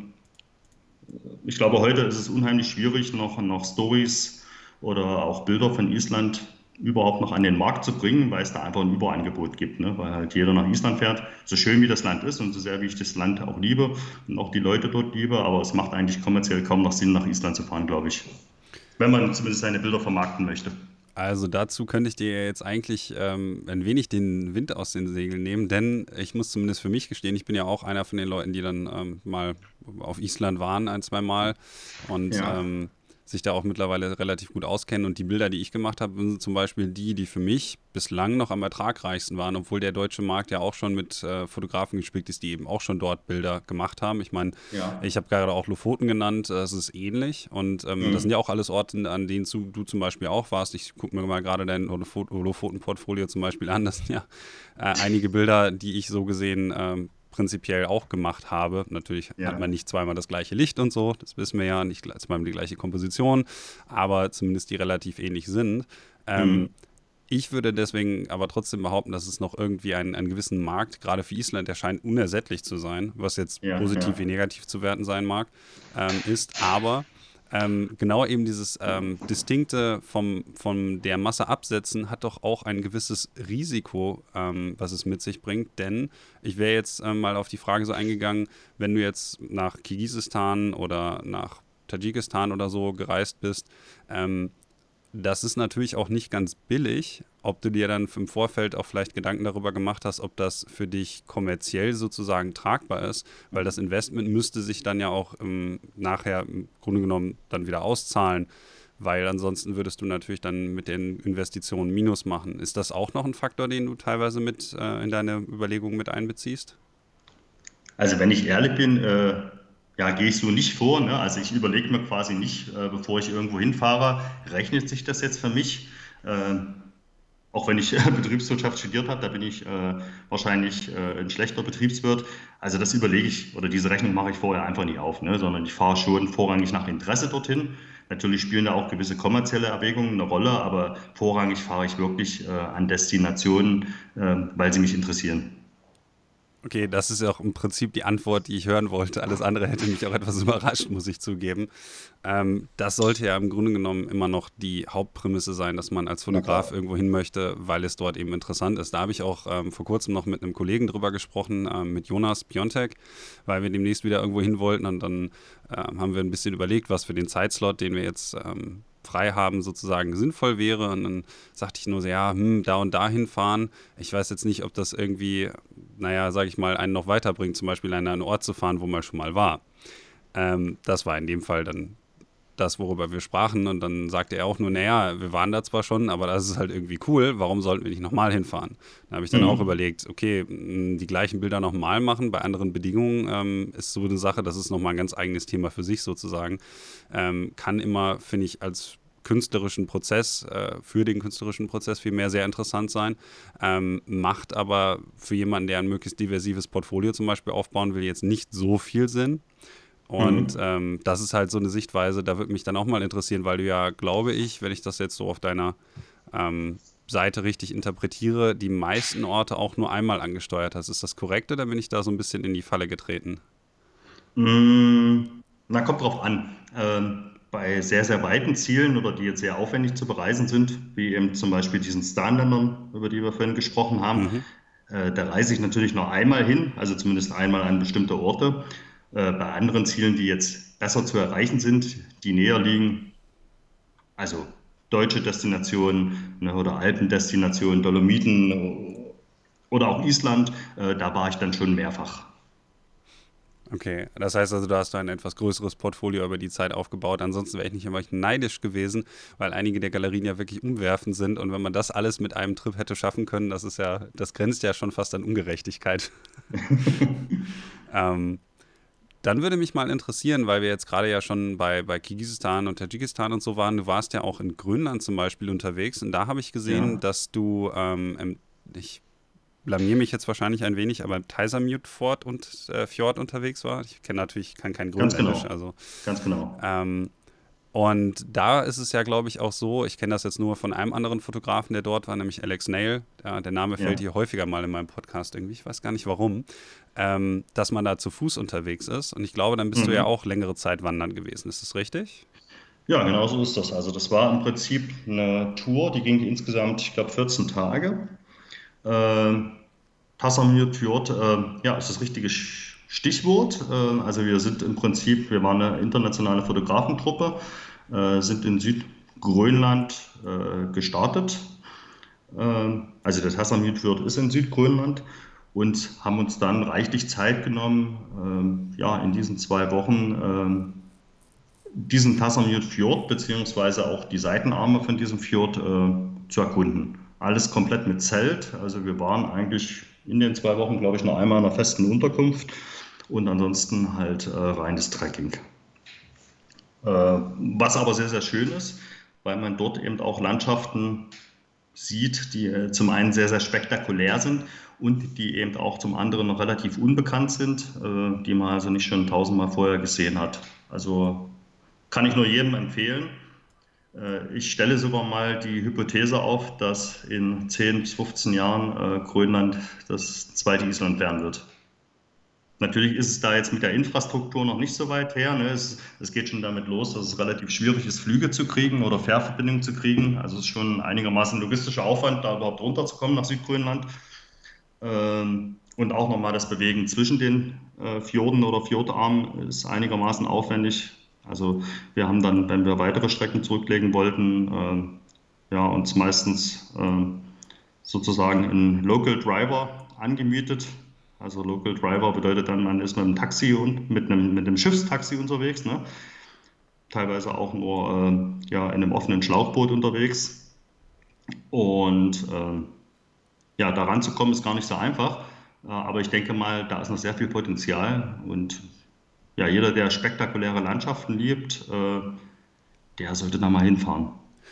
Ich glaube, heute ist es unheimlich schwierig, noch Stories oder auch Bilder von Island überhaupt noch an den Markt zu bringen, weil es da einfach ein Überangebot gibt, ne? Weil halt jeder nach Island fährt, so schön wie das Land ist und so sehr wie ich das Land auch liebe und auch die Leute dort liebe, aber es macht eigentlich kommerziell kaum noch Sinn, nach Island zu fahren, glaube ich. Wenn man zumindest seine Bilder vermarkten möchte. Also dazu könnte ich dir jetzt eigentlich ein wenig den Wind aus den Segeln nehmen, denn ich muss zumindest für mich gestehen, ich bin ja auch einer von den Leuten, die dann mal auf Island waren, ein, zwei Mal und Ja. sich da auch mittlerweile relativ gut auskennen. Und die Bilder, die ich gemacht habe, sind zum Beispiel die für mich bislang noch am ertragreichsten waren, obwohl der deutsche Markt ja auch schon mit Fotografen gespickt ist, die eben auch schon dort Bilder gemacht haben. Ich meine, Ja. ich habe gerade auch Lofoten genannt, das ist ähnlich. Und das sind ja auch alles Orte, an denen du zum Beispiel auch warst. Ich gucke mir mal gerade dein Lofoten-Portfolio zum Beispiel an. Das sind ja einige Bilder, die ich so gesehen prinzipiell auch gemacht habe. Natürlich hat man Ja. nicht zweimal das gleiche Licht und so, das wissen wir ja, nicht zweimal die gleiche Komposition, aber zumindest die relativ ähnlich sind. Ähm, Mhm. Ich würde deswegen aber trotzdem behaupten, dass es noch irgendwie einen gewissen Markt, gerade für Island, der scheint unersättlich zu sein, was jetzt Ja. positiv wie Ja. negativ zu werten sein mag, ist aber genau eben dieses Distinkte von der Masse absetzen hat doch auch ein gewisses Risiko, was es mit sich bringt. Denn ich wäre jetzt mal auf die Frage so eingegangen, wenn du jetzt nach Kirgisistan oder nach Tadschikistan oder so gereist bist, das ist natürlich auch nicht ganz billig, ob du dir dann im Vorfeld auch vielleicht Gedanken darüber gemacht hast, ob das für dich kommerziell sozusagen tragbar ist, weil das Investment müsste sich dann ja auch nachher im Grunde genommen dann wieder auszahlen, weil ansonsten würdest du natürlich dann mit den Investitionen Minus machen. Ist das auch noch ein Faktor, den du teilweise mit in deine Überlegungen mit einbeziehst? Also wenn ich ehrlich bin, ja, gehe ich so nicht vor. Ne? Also ich überlege mir quasi nicht, bevor ich irgendwo hinfahre, rechnet sich das jetzt für mich? Äh, Auch wenn ich Betriebswirtschaft studiert habe, da bin ich wahrscheinlich ein schlechter Betriebswirt. Also das überlege ich oder diese Rechnung mache ich vorher einfach nicht auf, ne? Sondern ich fahre schon vorrangig nach Interesse dorthin. Natürlich spielen da auch gewisse kommerzielle Erwägungen eine Rolle, aber vorrangig fahre ich wirklich an Destinationen, weil sie mich interessieren. Okay, das ist ja auch im Prinzip die Antwort, die ich hören wollte. Alles andere hätte mich auch etwas überrascht, muss ich zugeben. Das sollte ja im Grunde genommen immer noch die Hauptprämisse sein, dass man als Na Fotograf klar. irgendwo hin möchte, weil es dort eben interessant ist. Da habe ich auch vor kurzem noch mit einem Kollegen drüber gesprochen, mit Jonas Piontek, weil wir demnächst wieder irgendwo hin wollten und dann haben wir ein bisschen überlegt, was für den Zeitslot, den wir jetzt frei haben, sozusagen sinnvoll wäre. Und dann sagte ich nur so, ja, da und dahin fahren. Ich weiß jetzt nicht, ob das irgendwie, naja, sage ich mal, einen noch weiterbringt, zum Beispiel an einen Ort zu fahren, wo man schon mal war. Das war in dem Fall dann das, worüber wir sprachen. Und dann sagte er auch nur, naja, wir waren da zwar schon, aber das ist halt irgendwie cool, warum sollten wir nicht nochmal hinfahren? Da habe ich dann auch Mhm. überlegt, okay, die gleichen Bilder nochmal machen bei anderen Bedingungen ist so eine Sache, das ist nochmal ein ganz eigenes Thema für sich sozusagen. Kann immer, finde ich, als künstlerischen Prozess, für den künstlerischen Prozess vielmehr sehr interessant sein, macht aber für jemanden, der ein möglichst diversives Portfolio zum Beispiel aufbauen will, jetzt nicht so viel Sinn. Und das ist halt so eine Sichtweise, da würde mich dann auch mal interessieren, weil du ja, glaube ich, wenn ich das jetzt so auf deiner Seite richtig interpretiere, die meisten Orte auch nur einmal angesteuert hast. Ist das korrekt oder bin ich da so ein bisschen in die Falle getreten? Na, kommt drauf an. Bei sehr, sehr weiten Zielen oder die jetzt sehr aufwendig zu bereisen sind, wie eben zum Beispiel diesen Star-Ländern, über die wir vorhin gesprochen haben, Mhm. da reise ich natürlich nur einmal hin, also zumindest einmal an bestimmte Orte. Bei anderen Zielen, die jetzt besser zu erreichen sind, die näher liegen, also deutsche Destinationen, ne, oder Alpendestinationen, Dolomiten oder auch Island, da war ich dann schon mehrfach. Okay, das heißt also, du hast ein etwas größeres Portfolio über die Zeit aufgebaut. Ansonsten wäre ich nicht immer neidisch gewesen, weil einige der Galerien ja wirklich umwerfend sind. Und wenn man das alles mit einem Trip hätte schaffen können, das grenzt ja schon fast an Ungerechtigkeit. Ähm, Dann würde mich mal interessieren, weil wir jetzt gerade ja schon bei Kirgisistan und Tadschikistan und so waren. Du warst ja auch in Grönland zum Beispiel unterwegs und da habe ich gesehen, Ja, dass du, ich blamier mich jetzt wahrscheinlich ein wenig, aber im Taisamute Fort und Fjord unterwegs war. Ich kenne natürlich, kann kein ganz Grönländisch, genau, also ganz genau. ähm, und da ist es ja, glaube ich, auch so, ich kenne das jetzt nur von einem anderen Fotografen, der dort war, nämlich Alex Nail. Der Name fällt Ja. hier häufiger mal in meinem Podcast irgendwie, ich weiß gar nicht warum, dass man da zu Fuß unterwegs ist. Und ich glaube, dann bist du ja Mhm. auch längere Zeit wandern gewesen. Ist das richtig? Ja, genau so ist das. Also das war im Prinzip eine Tour, die ging insgesamt, ich glaube, 14 Tage. Ähm, Tassamir Fjord, ja, ist das richtige Stichwort. Also wir sind im Prinzip, wir waren eine internationale Fotografentruppe, sind in Südgrönland gestartet. Also der Tassamir Fjord ist in Südgrönland und haben uns dann reichlich Zeit genommen, ja, in diesen 2 Wochen diesen Tassamir Fjord beziehungsweise auch die Seitenarme von diesem Fjord zu erkunden. Alles komplett mit Zelt. Also wir waren eigentlich in den 2 Wochen, glaube ich, noch einmal in einer festen Unterkunft und ansonsten halt reines Trekking. Was aber sehr, sehr schön ist, weil man dort eben auch Landschaften sieht, die zum einen sehr, sehr spektakulär sind und die eben auch zum anderen noch relativ unbekannt sind, die man also nicht schon tausendmal vorher gesehen hat. Also kann ich nur jedem empfehlen. Ich stelle sogar mal die Hypothese auf, dass in 10 bis 15 Jahren Grönland das zweite Island werden wird. Natürlich ist es da jetzt mit der Infrastruktur noch nicht so weit her. Ne? Es geht schon damit los, dass es relativ schwierig ist, Flüge zu kriegen oder Fährverbindungen zu kriegen. Also es ist schon einigermaßen logistischer Aufwand, da überhaupt runterzukommen nach Südgrönland. Und auch nochmal das Bewegen zwischen den Fjorden oder Fjordarmen ist einigermaßen aufwendig. Also wir haben dann, wenn wir weitere Strecken zurücklegen wollten, ja, uns meistens sozusagen einen Local Driver angemietet. Also Local Driver bedeutet dann, man ist mit einem Taxi und mit einem Schiffstaxi unterwegs, ne? Teilweise auch nur ja, in einem offenen Schlauchboot unterwegs. Und ja, da ranzukommen ist gar nicht so einfach. Aber ich denke mal, da ist noch sehr viel Potenzial. Und ja, jeder, der spektakuläre Landschaften liebt, der sollte da mal hinfahren.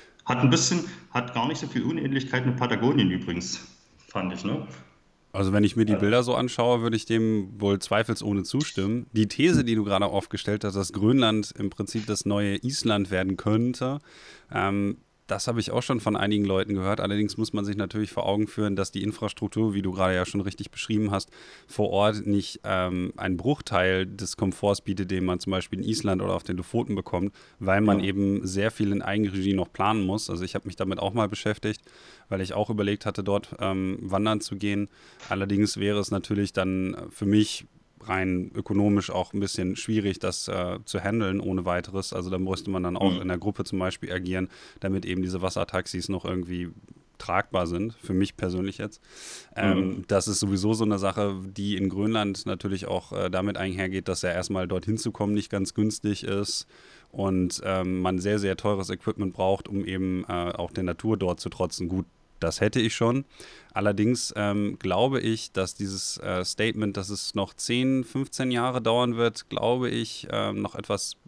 Hat gar nicht so viel Unähnlichkeit mit Patagonien übrigens, fand ich, ne? Also wenn ich mir die Also, Bilder so anschaue, würde ich dem wohl zweifelsohne zustimmen. Die These, die du gerade aufgestellt hast, dass Grönland im Prinzip das neue Island werden könnte, das habe ich auch schon von einigen Leuten gehört. Allerdings muss man sich natürlich vor Augen führen, dass die Infrastruktur, wie du gerade ja schon richtig beschrieben hast, vor Ort nicht einen Bruchteil des Komforts bietet, den man zum Beispiel in Island oder auf den Lofoten bekommt, weil man ja. eben sehr viel in Eigenregie noch planen muss. Also ich habe mich damit auch mal beschäftigt, weil ich auch überlegt hatte, dort wandern zu gehen. Allerdings wäre es natürlich dann für mich rein ökonomisch auch ein bisschen schwierig, das zu handeln ohne weiteres. Also da müsste man dann auch Hm, in der Gruppe zum Beispiel agieren, damit eben diese Wassertaxis noch irgendwie tragbar sind, für mich persönlich jetzt. hm, Das ist sowieso so eine Sache, die in Grönland natürlich auch damit einhergeht, dass ja erstmal dorthin zu kommen nicht ganz günstig ist und man sehr, sehr teures Equipment braucht, um eben auch der Natur dort zu trotzen. Gut, das hätte ich schon. Allerdings glaube ich, dass dieses Statement, dass es noch 10, 15 Jahre dauern wird, glaube ich, noch etwas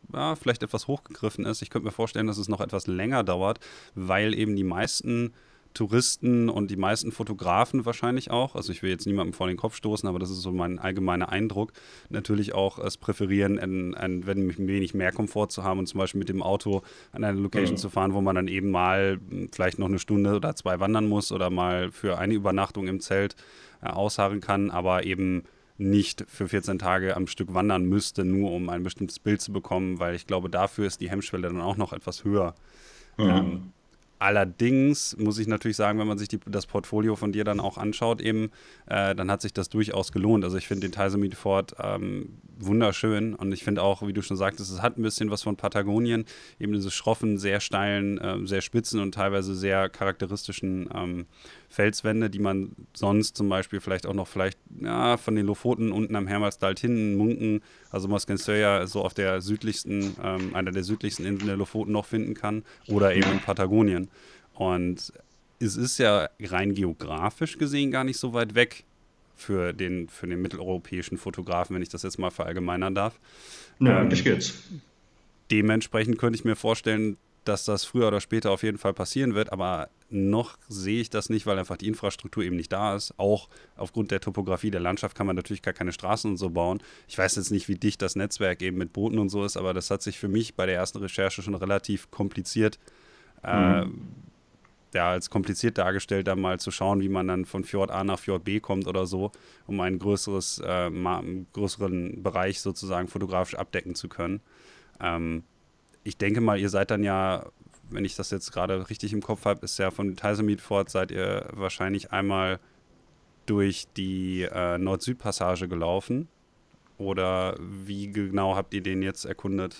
vielleicht etwas hochgegriffen ist. Ich könnte mir vorstellen, dass es noch etwas länger dauert, weil eben die meisten Touristen und die meisten Fotografen wahrscheinlich auch, also ich will jetzt niemandem vor den Kopf stoßen, aber das ist so mein allgemeiner Eindruck, natürlich auch es präferieren, ein wenig mehr Komfort zu haben und zum Beispiel mit dem Auto an eine Location zu fahren, wo man dann eben mal vielleicht noch eine Stunde oder zwei wandern muss oder mal für eine Übernachtung im Zelt ausharren kann, aber eben nicht für 14 Tage am Stück wandern müsste, nur um ein bestimmtes Bild zu bekommen, weil ich glaube, dafür ist die Hemmschwelle dann auch noch etwas höher. Ähm, Mhm. Allerdings muss ich natürlich sagen, wenn man sich das Portfolio von dir dann auch anschaut, eben, dann hat sich das durchaus gelohnt. Also ich finde den Yosemite Fort wunderschön und ich finde auch, wie du schon sagtest, es hat ein bisschen was von Patagonien, eben diese schroffen, sehr steilen, sehr spitzen und teilweise sehr charakteristischen Felswände, die man sonst zum Beispiel vielleicht auch noch ja, von den Lofoten unten am Hermelsdal hinten, Munken, also Mosquensoia so auf der südlichsten, einer der südlichsten Inseln der Lofoten noch finden kann oder eben in Ja. Patagonien. Und es ist ja rein geografisch gesehen gar nicht so weit weg für den mitteleuropäischen Fotografen, wenn ich das jetzt mal verallgemeinern darf. Nö, eigentlich Ähm, geht's. Dementsprechend könnte ich mir vorstellen, dass das früher oder später auf jeden Fall passieren wird, aber noch sehe ich das nicht, weil einfach die Infrastruktur eben nicht da ist. Auch aufgrund der Topografie der Landschaft kann man natürlich gar keine Straßen und so bauen. Ich weiß jetzt nicht, wie dicht das Netzwerk eben mit Booten und so ist, aber das hat sich für mich bei der ersten Recherche schon relativ kompliziert, äh, Mhm. ja, als kompliziert dargestellt, da mal zu schauen, wie man dann von Fjord A nach Fjord B kommt oder so, um einen größeren Bereich sozusagen fotografisch abdecken zu können. Ähm, Ich denke mal, ihr seid dann ja, wenn ich das jetzt gerade richtig im Kopf habe, ist ja von Yosemite Fort seid ihr wahrscheinlich einmal durch die Nord-Süd-Passage gelaufen. Oder wie genau habt ihr den jetzt erkundet?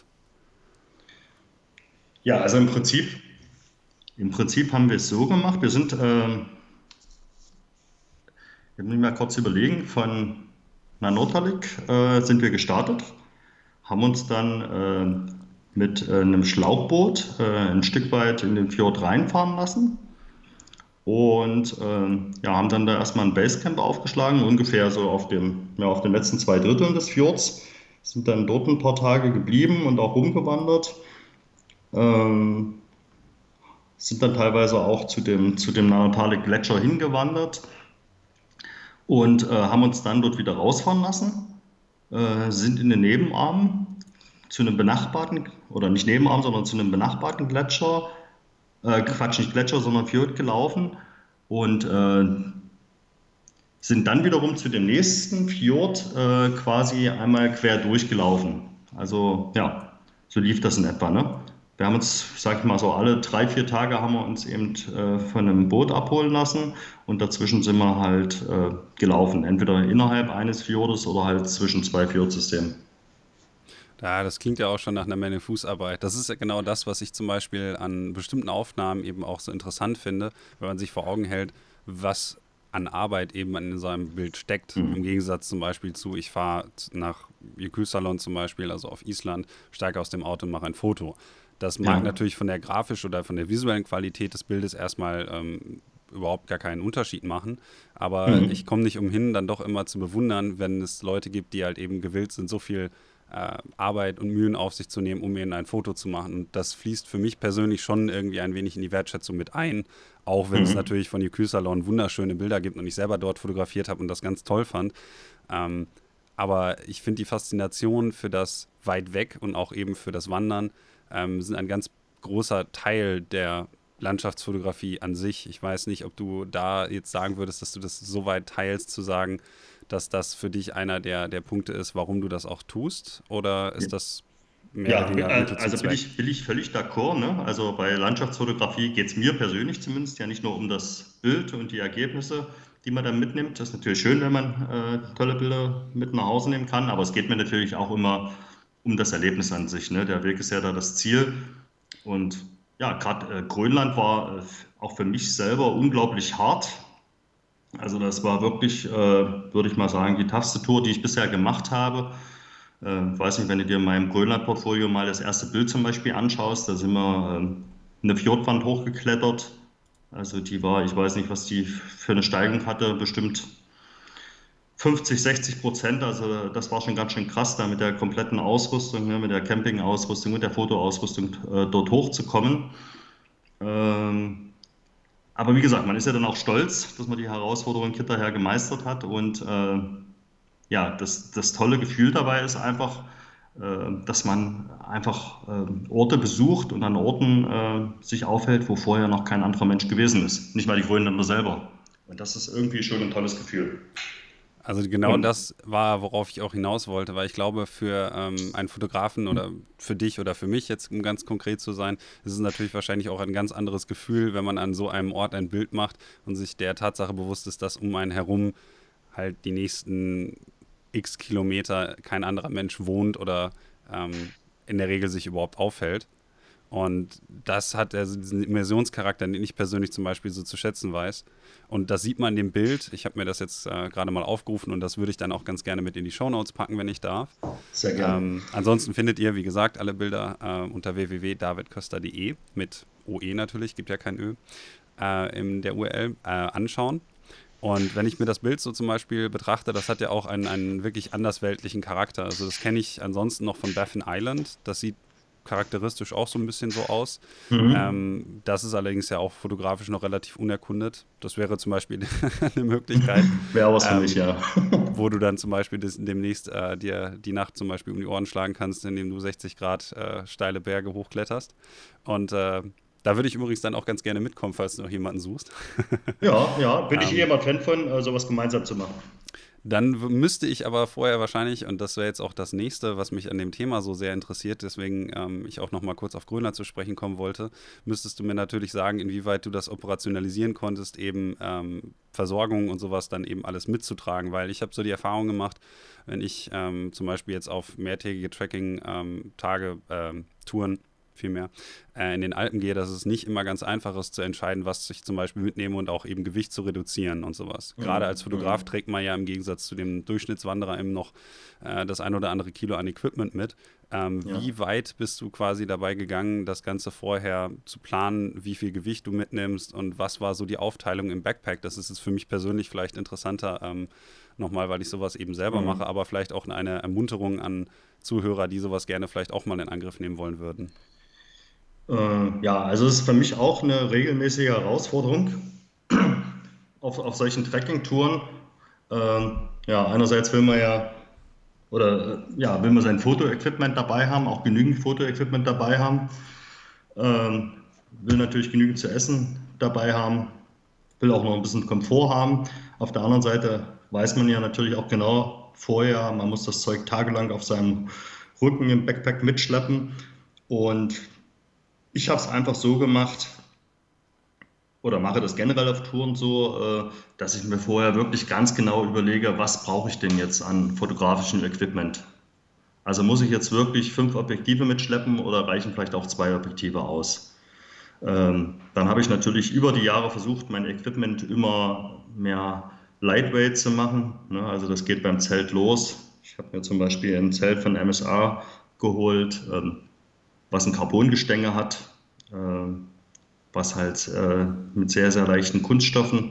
Ja, also im Prinzip haben wir es so gemacht. Ich muss mal kurz überlegen, von Nanortalik sind wir gestartet, haben uns dann mit einem Schlauchboot ein Stück weit in den Fjord reinfahren lassen und ja, haben dann da erstmal ein Basecamp aufgeschlagen, ungefähr so auf den letzten zwei Dritteln des Fjords, sind dann dort ein paar Tage geblieben und auch rumgewandert, ähm, sind dann teilweise auch zu dem Nanortalik Gletscher hingewandert und haben uns dann dort wieder rausfahren lassen, sind in den Nebenarm zu einem benachbarten, oder nicht Nebenarm, sondern zu einem benachbarten Gletscher, Quatsch, nicht Gletscher, sondern Fjord gelaufen und sind dann wiederum zu dem nächsten Fjord quasi einmal quer durchgelaufen. Also ja, so lief das in etwa. Ne? Wir haben uns, sag ich mal so, alle drei, vier Tage haben wir uns eben von einem Boot abholen lassen und dazwischen sind wir halt gelaufen. Entweder innerhalb eines Fjordes oder halt zwischen zwei Fjordsystemen. Ja, das klingt ja auch schon nach einer Menge Fußarbeit. Das ist ja genau das, was ich zum Beispiel an bestimmten Aufnahmen eben auch so interessant finde, wenn man sich vor Augen hält, was an Arbeit eben in so einem Bild steckt. Im Mhm. Gegensatz zum Beispiel zu, ich fahre nach Jökulsárlón zum Beispiel, also auf Island, steige aus dem Auto und mache ein Foto. Das mag Ja. natürlich von der grafischen oder von der visuellen Qualität des Bildes erstmal überhaupt gar keinen Unterschied machen. Aber ich Mhm. komme nicht umhin, dann doch immer zu bewundern, wenn es Leute gibt, die halt eben gewillt sind, so viel Arbeit und Mühen auf sich zu nehmen, um eben ein Foto zu machen. Und das fließt für mich persönlich schon irgendwie ein wenig in die Wertschätzung mit ein, auch wenn es Mhm. natürlich von Jökulsárlón wunderschöne Bilder gibt und ich selber dort fotografiert habe und das ganz toll fand. Ähm, aber ich finde die Faszination für das weit weg und auch eben für das Wandern sind ein ganz großer Teil der Landschaftsfotografie an sich. Ich weiß nicht, ob du da jetzt sagen würdest, dass du das so weit teilst, zu sagen, dass das für dich einer der Punkte ist, warum du das auch tust? Oder ist das mehr oder Ja, weniger Mittel zum also Zweck? bin ich völlig d'accord. Ne? Also bei Landschaftsfotografie geht es mir persönlich zumindest ja nicht nur um das Bild und die Ergebnisse, die man dann mitnimmt. Das ist natürlich schön, wenn man tolle Bilder mit nach Hause nehmen kann, aber es geht mir natürlich auch immer um das Erlebnis an sich. Ne? Der Weg ist ja da das Ziel. Und ja, gerade Grönland war auch für mich selber unglaublich hart. Also das war wirklich, würde ich mal sagen, die toughste Tour, die ich bisher gemacht habe. Weiß nicht, wenn du dir in meinem Grönland-Portfolio mal das erste Bild zum Beispiel anschaust, da sind wir eine Fjordwand hochgeklettert. Also die war, ich weiß nicht, was die für eine Steigung hatte, bestimmt 50-60%, also das war schon ganz schön krass, da mit der kompletten Ausrüstung, ne, mit der Campingausrüstung, mit der Fotoausrüstung dort hochzukommen. Aber wie gesagt, man ist ja dann auch stolz, dass man die Herausforderung hinterher gemeistert hat. Und ja, das tolle Gefühl dabei ist einfach, dass man einfach Orte besucht und an Orten sich aufhält, wo vorher noch kein anderer Mensch gewesen ist. Nicht mal die Grönländer selber. Und das ist irgendwie schon ein tolles Gefühl. Also genau Und das war, worauf ich auch hinaus wollte, weil ich glaube, für einen Fotografen oder für dich oder für mich jetzt, um ganz konkret zu sein, ist es natürlich wahrscheinlich auch ein ganz anderes Gefühl, wenn man an so einem Ort ein Bild macht und sich der Tatsache bewusst ist, dass um einen herum halt die nächsten x Kilometer kein anderer Mensch wohnt oder in der Regel sich überhaupt aufhält. Und das hat also diesen Immersionscharakter, den ich persönlich zum Beispiel so zu schätzen weiß. Und das sieht man in dem Bild. Ich habe mir das jetzt gerade mal aufgerufen und das würde ich dann auch ganz gerne mit in die Shownotes packen, wenn ich darf. sehr gerne. Ansonsten findet ihr, wie gesagt, alle Bilder unter www.davidköster.de mit OE natürlich, gibt ja kein Ö, in der URL anschauen. Und wenn ich mir das Bild so zum Beispiel betrachte, das hat ja auch einen wirklich andersweltlichen Charakter. Also das kenne ich ansonsten noch von Baffin Island. Das sieht charakteristisch auch so ein bisschen so aus. Mhm. Das ist allerdings ja auch fotografisch noch relativ unerkundet. Das wäre zum Beispiel eine Möglichkeit, Wäre was für mich, ähm, ja. wo du dann zum Beispiel demnächst dir die Nacht zum Beispiel um die Ohren schlagen kannst, indem du 60 Grad steile Berge hochkletterst. Und da würde ich übrigens dann auch ganz gerne mitkommen, falls du noch jemanden suchst. Ja, ja, bin ich eh Ähm, immer Fan von, sowas gemeinsam zu machen. Dann müsste ich aber vorher wahrscheinlich, und das wäre jetzt auch das nächste, was mich an dem Thema so sehr interessiert, deswegen ich auch noch mal kurz auf Grönland zu sprechen kommen wollte, müsstest du mir natürlich sagen, inwieweit du das operationalisieren konntest, eben Versorgung und sowas dann eben alles mitzutragen, weil ich habe so die Erfahrung gemacht, wenn ich zum Beispiel jetzt auf mehrtägige Tracking-Tage, Touren vielmehr, in den Alpen gehe, dass es nicht immer ganz einfach ist zu entscheiden, was ich zum Beispiel mitnehme und auch eben Gewicht zu reduzieren und sowas. Gerade als Fotograf Mhm. trägt man ja im Gegensatz zu dem Durchschnittswanderer eben noch das ein oder andere Kilo an Equipment mit. Ja. Wie weit bist du quasi dabei gegangen, das Ganze vorher zu planen, wie viel Gewicht du mitnimmst und was war so die Aufteilung im Backpack? Das ist jetzt für mich persönlich vielleicht interessanter, nochmal, weil ich sowas eben selber mache, Mhm. aber vielleicht auch eine Ermunterung an Zuhörer, die sowas gerne vielleicht auch mal in Angriff nehmen wollen würden. Ja, also es ist für mich auch eine regelmäßige Herausforderung auf solchen Trekking-Touren. Ja, einerseits will man ja, oder ja, will man sein Fotoequipment dabei haben, auch genügend Fotoequipment dabei haben, ähm, will natürlich genügend zu essen dabei haben, will auch noch ein bisschen Komfort haben. Auf der anderen Seite weiß man ja natürlich auch genau vorher, man muss das Zeug tagelang auf seinem Rücken im Backpack mitschleppen. Und ich habe es einfach so gemacht oder mache das generell auf Touren so, dass ich mir vorher wirklich ganz genau überlege, was brauche ich denn jetzt an fotografischem Equipment. Also muss ich jetzt wirklich 5 Objektive mitschleppen oder reichen vielleicht auch 2 Objektive aus? Dann habe ich natürlich über die Jahre versucht, mein Equipment immer mehr Lightweight zu machen. Ne? Also das geht beim Zelt los. Ich habe mir zum Beispiel ein Zelt von MSA geholt, was ein Carbongestänge hat, was halt mit sehr, sehr leichten Kunststoffen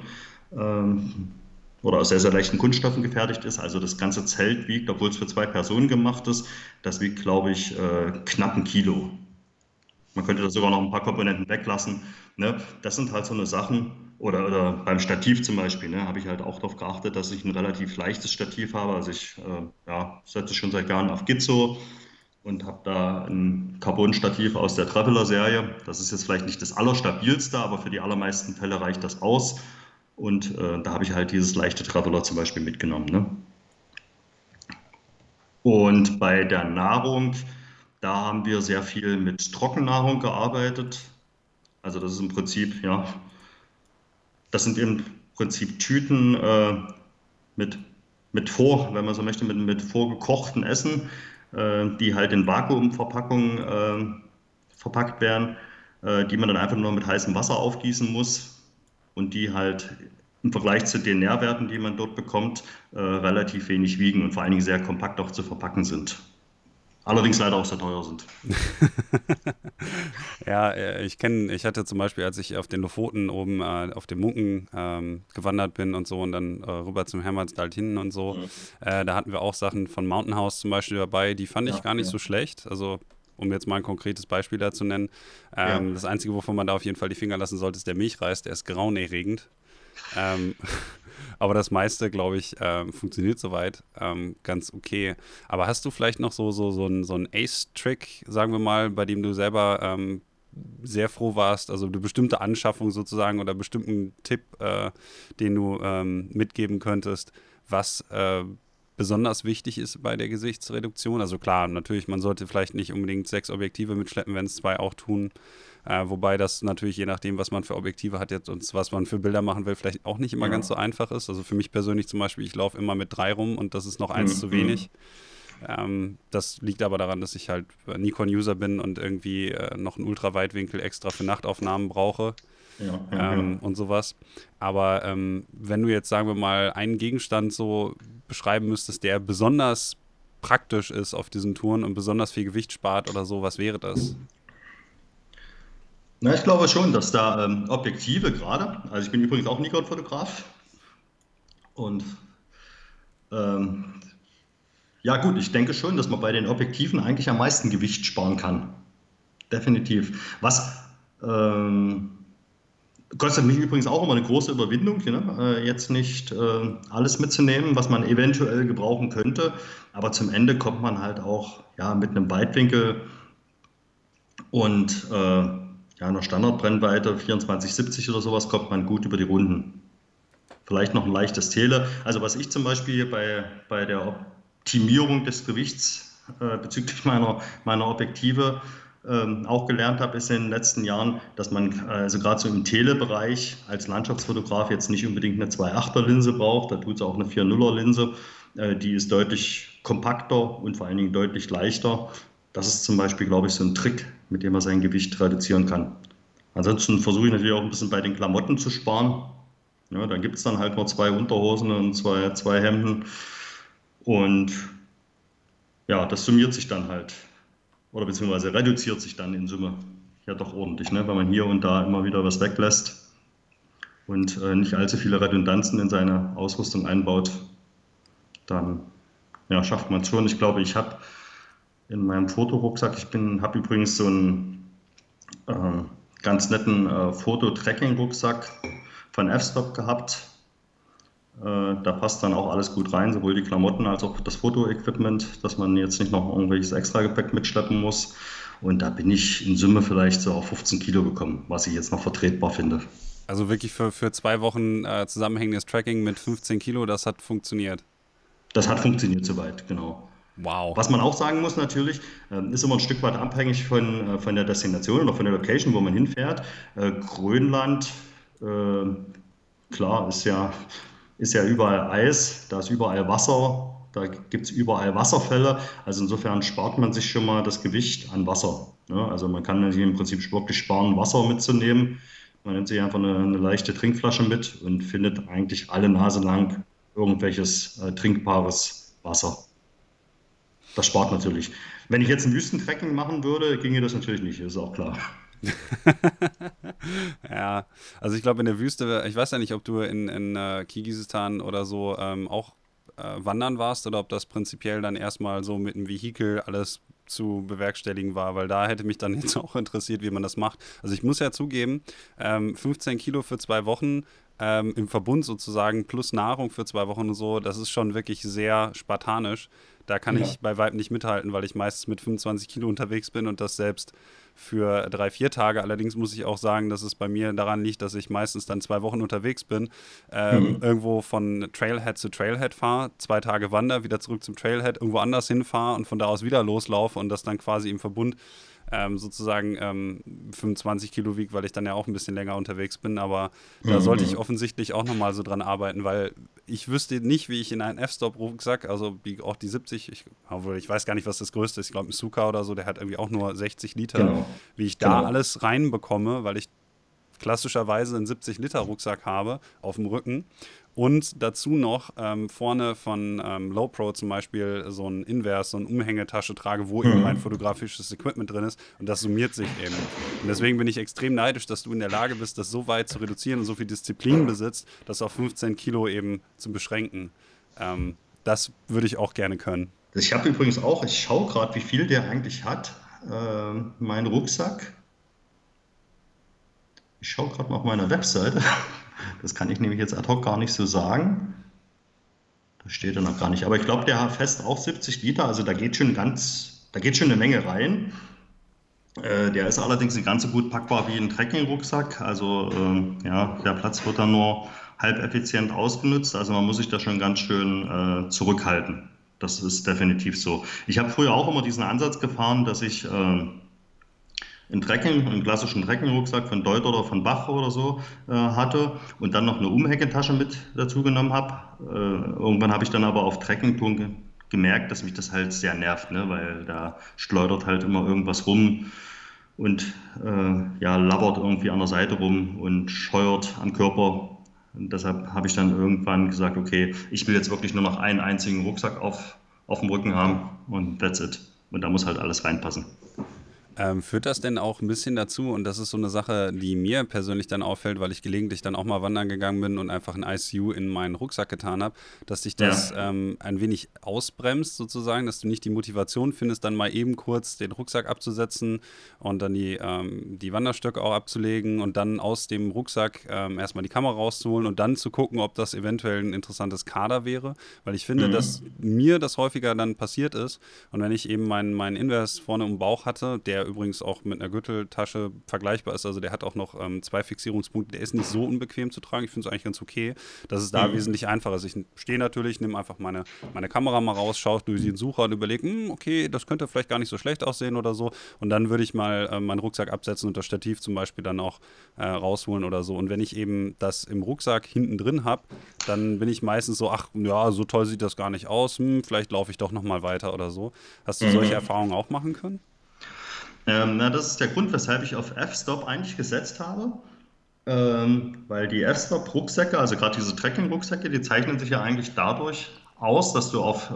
oder aus sehr, sehr leichten Kunststoffen gefertigt ist. Also das ganze Zelt wiegt, obwohl es für 2 Personen gemacht ist, das wiegt, glaube ich, knapp 1 Kilo. Man könnte da sogar noch ein paar Komponenten weglassen. Ne? Das sind halt so eine Sachen. Oder beim Stativ zum Beispiel, ne, habe ich halt auch darauf geachtet, dass ich ein relativ leichtes Stativ habe. Also ich ja, setze schon seit Jahren auf Gizzo und habe da ein Carbon-Stativ aus der Traveler-Serie. Das ist jetzt vielleicht nicht das allerstabilste, aber für die allermeisten Fälle reicht das aus. Und da habe ich halt dieses leichte Traveler zum Beispiel mitgenommen. Ne? Und bei der Nahrung, da haben wir sehr viel mit Trockennahrung gearbeitet. Also das ist im Prinzip, ja, das sind im Prinzip Tüten mit, wenn man so möchte, mit vorgekochten Essen, die halt in Vakuumverpackungen verpackt werden, die man dann einfach nur mit heißem Wasser aufgießen muss und die halt im Vergleich zu den Nährwerten, die man dort bekommt, relativ wenig wiegen und vor allen Dingen sehr kompakt auch zu verpacken sind. allerdings leider auch sehr teuer sind. Ja, ich hatte zum Beispiel, als ich auf den Lofoten oben auf den Munken gewandert bin und so und dann rüber zum Hermannsdal hin und so, Mhm. da hatten wir auch Sachen von Mountain House zum Beispiel dabei, die fand ich Ja, gar nicht ja, so schlecht. Also, um jetzt mal ein konkretes Beispiel dazu nennen. ja. Das Einzige, wovon man da auf jeden Fall die Finger lassen sollte, ist der Milchreis, der ist grauenerregend. Ähm, aber das meiste, glaube ich, funktioniert soweit ganz okay. Aber hast du vielleicht noch so einen Ace-Trick, sagen wir mal, bei dem du selber sehr froh warst, also eine bestimmte Anschaffung sozusagen oder bestimmten Tipp, den du mitgeben könntest, was besonders wichtig ist bei der Gesichtsreduktion? Also klar, natürlich, man sollte vielleicht nicht unbedingt 6 Objektive mitschleppen, wenn es 2 auch tun. Wobei das natürlich je nachdem, was man für Objektive hat jetzt und was man für Bilder machen will, vielleicht auch nicht immer ganz so Ja. einfach ist. Also für mich persönlich zum Beispiel, ich laufe immer mit 3 rum und das ist noch eins Mhm. zu Mhm. wenig. Das liegt aber daran, dass ich halt Nikon-User bin und irgendwie noch einen Ultraweitwinkel extra für Nachtaufnahmen brauche Ja, ja, ja. und sowas. Aber wenn du jetzt, sagen wir mal, einen Gegenstand so beschreiben müsstest, der besonders praktisch ist auf diesen Touren und besonders viel Gewicht spart oder so, was wäre das? Na, ich glaube schon, dass da Objektive gerade, also ich bin übrigens auch Nikon-Fotograf und ähm, ja gut, ich denke schon, dass man bei den Objektiven eigentlich am meisten Gewicht sparen kann. Definitiv. Was kostet mich übrigens auch immer eine große Überwindung, ne? Jetzt nicht alles mitzunehmen, was man eventuell gebrauchen könnte, aber zum Ende kommt man halt auch ja, mit einem Weitwinkel und ja, einer Standardbrennweite 24-70 oder sowas kommt man gut über die Runden. Vielleicht noch ein leichtes Tele. Also was ich zum Beispiel bei der Optimierung des Gewichts bezüglich meiner Objektive auch gelernt habe, ist in den letzten Jahren, dass man also gerade so im Telebereich als Landschaftsfotograf jetzt nicht unbedingt eine 2,8er Linse braucht. Da tut es auch eine 4,0er Linse. Die ist deutlich kompakter und vor allen Dingen deutlich leichter. Das ist zum Beispiel, glaube ich, so ein Trick, mit dem man sein Gewicht reduzieren kann. Ansonsten versuche ich natürlich auch ein bisschen bei den Klamotten zu sparen. Ja, dann gibt es dann halt nur 2 Unterhosen und zwei Hemden. Und ja, das summiert sich dann halt. Oder beziehungsweise reduziert sich dann in Summe ja doch ordentlich, ne? Wenn man hier und da immer wieder was weglässt und nicht allzu viele Redundanzen in seine Ausrüstung einbaut, dann ja, schafft man es schon. Ich glaube, ich habe in meinem Fotorucksack, habe übrigens so einen äh, ganz netten Foto-Tracking-Rucksack von F-Stop gehabt. Da passt dann auch alles gut rein, sowohl die Klamotten als auch das Fotoequipment, dass man jetzt nicht noch irgendwelches Extragepäck mitschleppen muss. Und da bin ich in Summe vielleicht so auf 15 Kilo gekommen, was ich jetzt noch vertretbar finde. Also wirklich für 2 Wochen zusammenhängendes Tracking mit 15 Kilo, das hat funktioniert. Das hat funktioniert soweit, genau. Wow. Was man auch sagen muss natürlich, ist immer ein Stück weit abhängig von der Destination oder von der Location, wo man hinfährt. Grönland, äh, klar, ist ja überall Eis, da ist überall Wasser, da gibt es überall Wasserfälle. Also insofern spart man sich schon mal das Gewicht an Wasser. Ne? Also man kann sich im Prinzip wirklich sparen, Wasser mitzunehmen. Man nimmt sich einfach eine leichte Trinkflasche mit und findet eigentlich alle Nase lang irgendwelches trinkbares Wasser. Das spart natürlich. Wenn ich jetzt ein Wüstentrekking machen würde, ginge das natürlich nicht, ist auch klar. Ja, also ich glaube in der Wüste, ich weiß ja nicht, ob du in Kirgisistan oder so auch wandern warst oder ob das prinzipiell dann erstmal so mit einem Vehikel alles zu bewerkstelligen war, weil da hätte mich dann jetzt auch interessiert, wie man das macht. Also ich muss ja zugeben, 15 Kilo für 2 Wochen im Verbund sozusagen plus Nahrung für 2 Wochen und so, das ist schon wirklich sehr spartanisch. Da kann Ja. ich bei Weitem nicht mithalten, weil ich meistens mit 25 Kilo unterwegs bin und das selbst für 3, 4 Tage. Allerdings muss ich auch sagen, dass es bei mir daran liegt, dass ich meistens dann 2 Wochen unterwegs bin, Mhm. irgendwo von Trailhead zu Trailhead fahre, 2 Tage wandere, wieder zurück zum Trailhead, irgendwo anders hinfahre und von da aus wieder loslaufe und das dann quasi im Verbund sozusagen 25 Kilo wiegt, weil ich dann ja auch ein bisschen länger unterwegs bin. Aber da sollte ich Mhm. offensichtlich auch nochmal so dran arbeiten, weil ich wüsste nicht, wie ich in einen F-Stop-Rucksack, also auch die 70, obwohl ich weiß gar nicht, was das größte ist, ich glaube ein Suka oder so, der hat irgendwie auch nur 60 Liter, Genau. wie ich da Genau. alles reinbekomme, weil ich klassischerweise einen 70-Liter-Rucksack habe auf dem Rücken und dazu noch vorne von Lowepro zum Beispiel so ein Inverse, so eine Umhängetasche trage, wo eben mein fotografisches Equipment drin ist und das summiert sich eben. Und deswegen bin ich extrem neidisch, dass du in der Lage bist, das so weit zu reduzieren und so viel Disziplin besitzt, das auf 15 Kilo eben zu beschränken. Das würde ich auch gerne können. Ich habe übrigens auch, ich schaue gerade, wie viel der eigentlich hat, mein Rucksack. Ich schaue gerade mal auf meiner Webseite. Das kann ich nämlich jetzt ad hoc gar nicht so sagen. Da steht er noch gar nicht. Aber ich glaube, der hat fest auch 70 Liter. Also da geht schon eine Menge rein. Der ist allerdings nicht ganz so gut packbar wie ein Trekking-Rucksack. Also ja, der Platz wird dann nur halb effizient ausgenutzt. Also man muss sich da schon ganz schön zurückhalten. Das ist definitiv so. Ich habe früher auch immer diesen Ansatz gefahren, dass ich einen klassischen Trekking-Rucksack von Deuter oder von Bach oder so hatte und dann noch eine Umhängetasche mit dazu genommen habe. Irgendwann habe ich dann aber auf Trekkingtouren gemerkt, dass mich das halt sehr nervt, ne? Weil da schleudert halt immer irgendwas rum und ja, labbert irgendwie an der Seite rum und scheuert am Körper. Und deshalb habe ich dann irgendwann gesagt, okay, ich will jetzt wirklich nur noch einen einzigen Rucksack auf dem Rücken haben und that's it. Und da muss halt alles reinpassen. Führt das denn auch ein bisschen dazu, und das ist so eine Sache, die mir persönlich dann auffällt, weil ich gelegentlich dann auch mal wandern gegangen bin und einfach ein ICU in meinen Rucksack getan habe, dass dich das ein wenig ausbremst sozusagen, dass du nicht die Motivation findest, dann mal eben kurz den Rucksack abzusetzen und dann die Wanderstöcke auch abzulegen und dann aus dem Rucksack erstmal die Kamera rauszuholen und dann zu gucken, ob das eventuell ein interessantes Kader wäre, weil ich finde, dass mir das häufiger dann passiert ist und wenn ich eben meinen Inverse vorne im Bauch hatte, der übrigens auch mit einer Gürteltasche vergleichbar ist. Also der hat auch noch 2 Fixierungspunkte. Der ist nicht so unbequem zu tragen. Ich finde es eigentlich ganz okay, dass es da wesentlich einfacher ist. Ich stehe natürlich, nehme einfach meine Kamera mal raus, schaue durch den Sucher und überlege, okay, das könnte vielleicht gar nicht so schlecht aussehen oder so. Und dann würde ich mal meinen Rucksack absetzen und das Stativ zum Beispiel dann auch rausholen oder so. Und wenn ich eben das im Rucksack hinten drin habe, dann bin ich meistens so, ach ja, so toll sieht das gar nicht aus. Vielleicht laufe ich doch noch mal weiter oder so. Hast du solche Erfahrungen auch machen können? Das ist der Grund, weshalb ich auf F-Stop eigentlich gesetzt habe. Weil die F-Stop-Rucksäcke, also gerade diese Trekking-Rucksäcke, die zeichnen sich ja eigentlich dadurch aus, dass du auf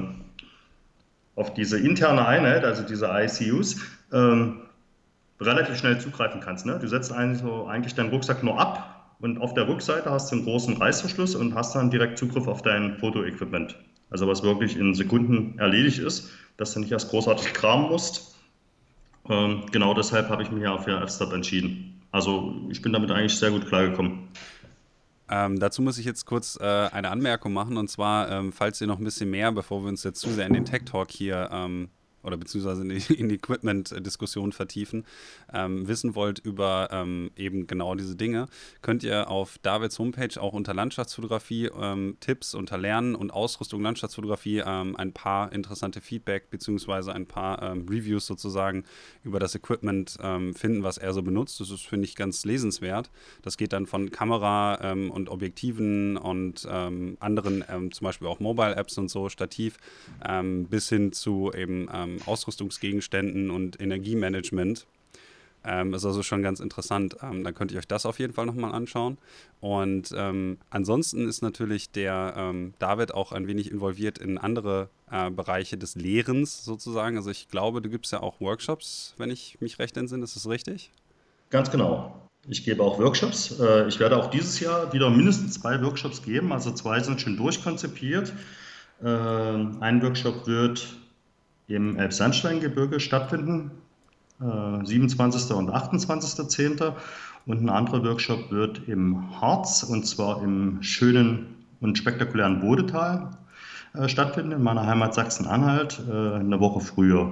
diese interne Einheit, also diese ICUs, relativ schnell zugreifen kannst. Ne? Du setzt eigentlich deinen Rucksack nur ab und auf der Rückseite hast du einen großen Reißverschluss und hast dann direkt Zugriff auf dein Fotoequipment. Also was wirklich in Sekunden erledigt ist, dass du nicht erst großartig kramen musst. Genau deshalb habe ich mich ja für F-Stop entschieden. Also ich bin damit eigentlich sehr gut klargekommen. Dazu muss ich jetzt kurz eine Anmerkung machen und zwar, falls ihr noch ein bisschen mehr, bevor wir uns jetzt zu sehr in den Tech-Talk hier oder beziehungsweise in die Equipment-Diskussion vertiefen, wissen wollt über eben genau diese Dinge, könnt ihr auf Davids Homepage auch unter Landschaftsfotografie Tipps unter Lernen und Ausrüstung Landschaftsfotografie ein paar interessante Feedback beziehungsweise ein paar Reviews sozusagen über das Equipment finden, was er so benutzt. Das ist, finde ich, ganz lesenswert. Das geht dann von Kamera und Objektiven und anderen, zum Beispiel auch Mobile-Apps und so, Stativ, bis hin zu eben Ausrüstungsgegenständen und Energiemanagement. Ist also schon ganz interessant. Dann könnt ihr euch das auf jeden Fall nochmal anschauen. Und ansonsten ist natürlich der David auch ein wenig involviert in andere Bereiche des Lehrens sozusagen. Also ich glaube, du gibst ja auch Workshops, wenn ich mich recht entsinne. Ist das richtig? Ganz genau. Ich gebe auch Workshops. Ich werde auch dieses Jahr wieder mindestens 2 Workshops geben. Also 2 sind schon durchkonzipiert. Ein Workshop wird im Elbsandsteingebirge stattfinden, 27. und 28.10. Und ein anderer Workshop wird im Harz, und zwar im schönen und spektakulären Bodetal stattfinden, in meiner Heimat Sachsen-Anhalt, eine Woche früher.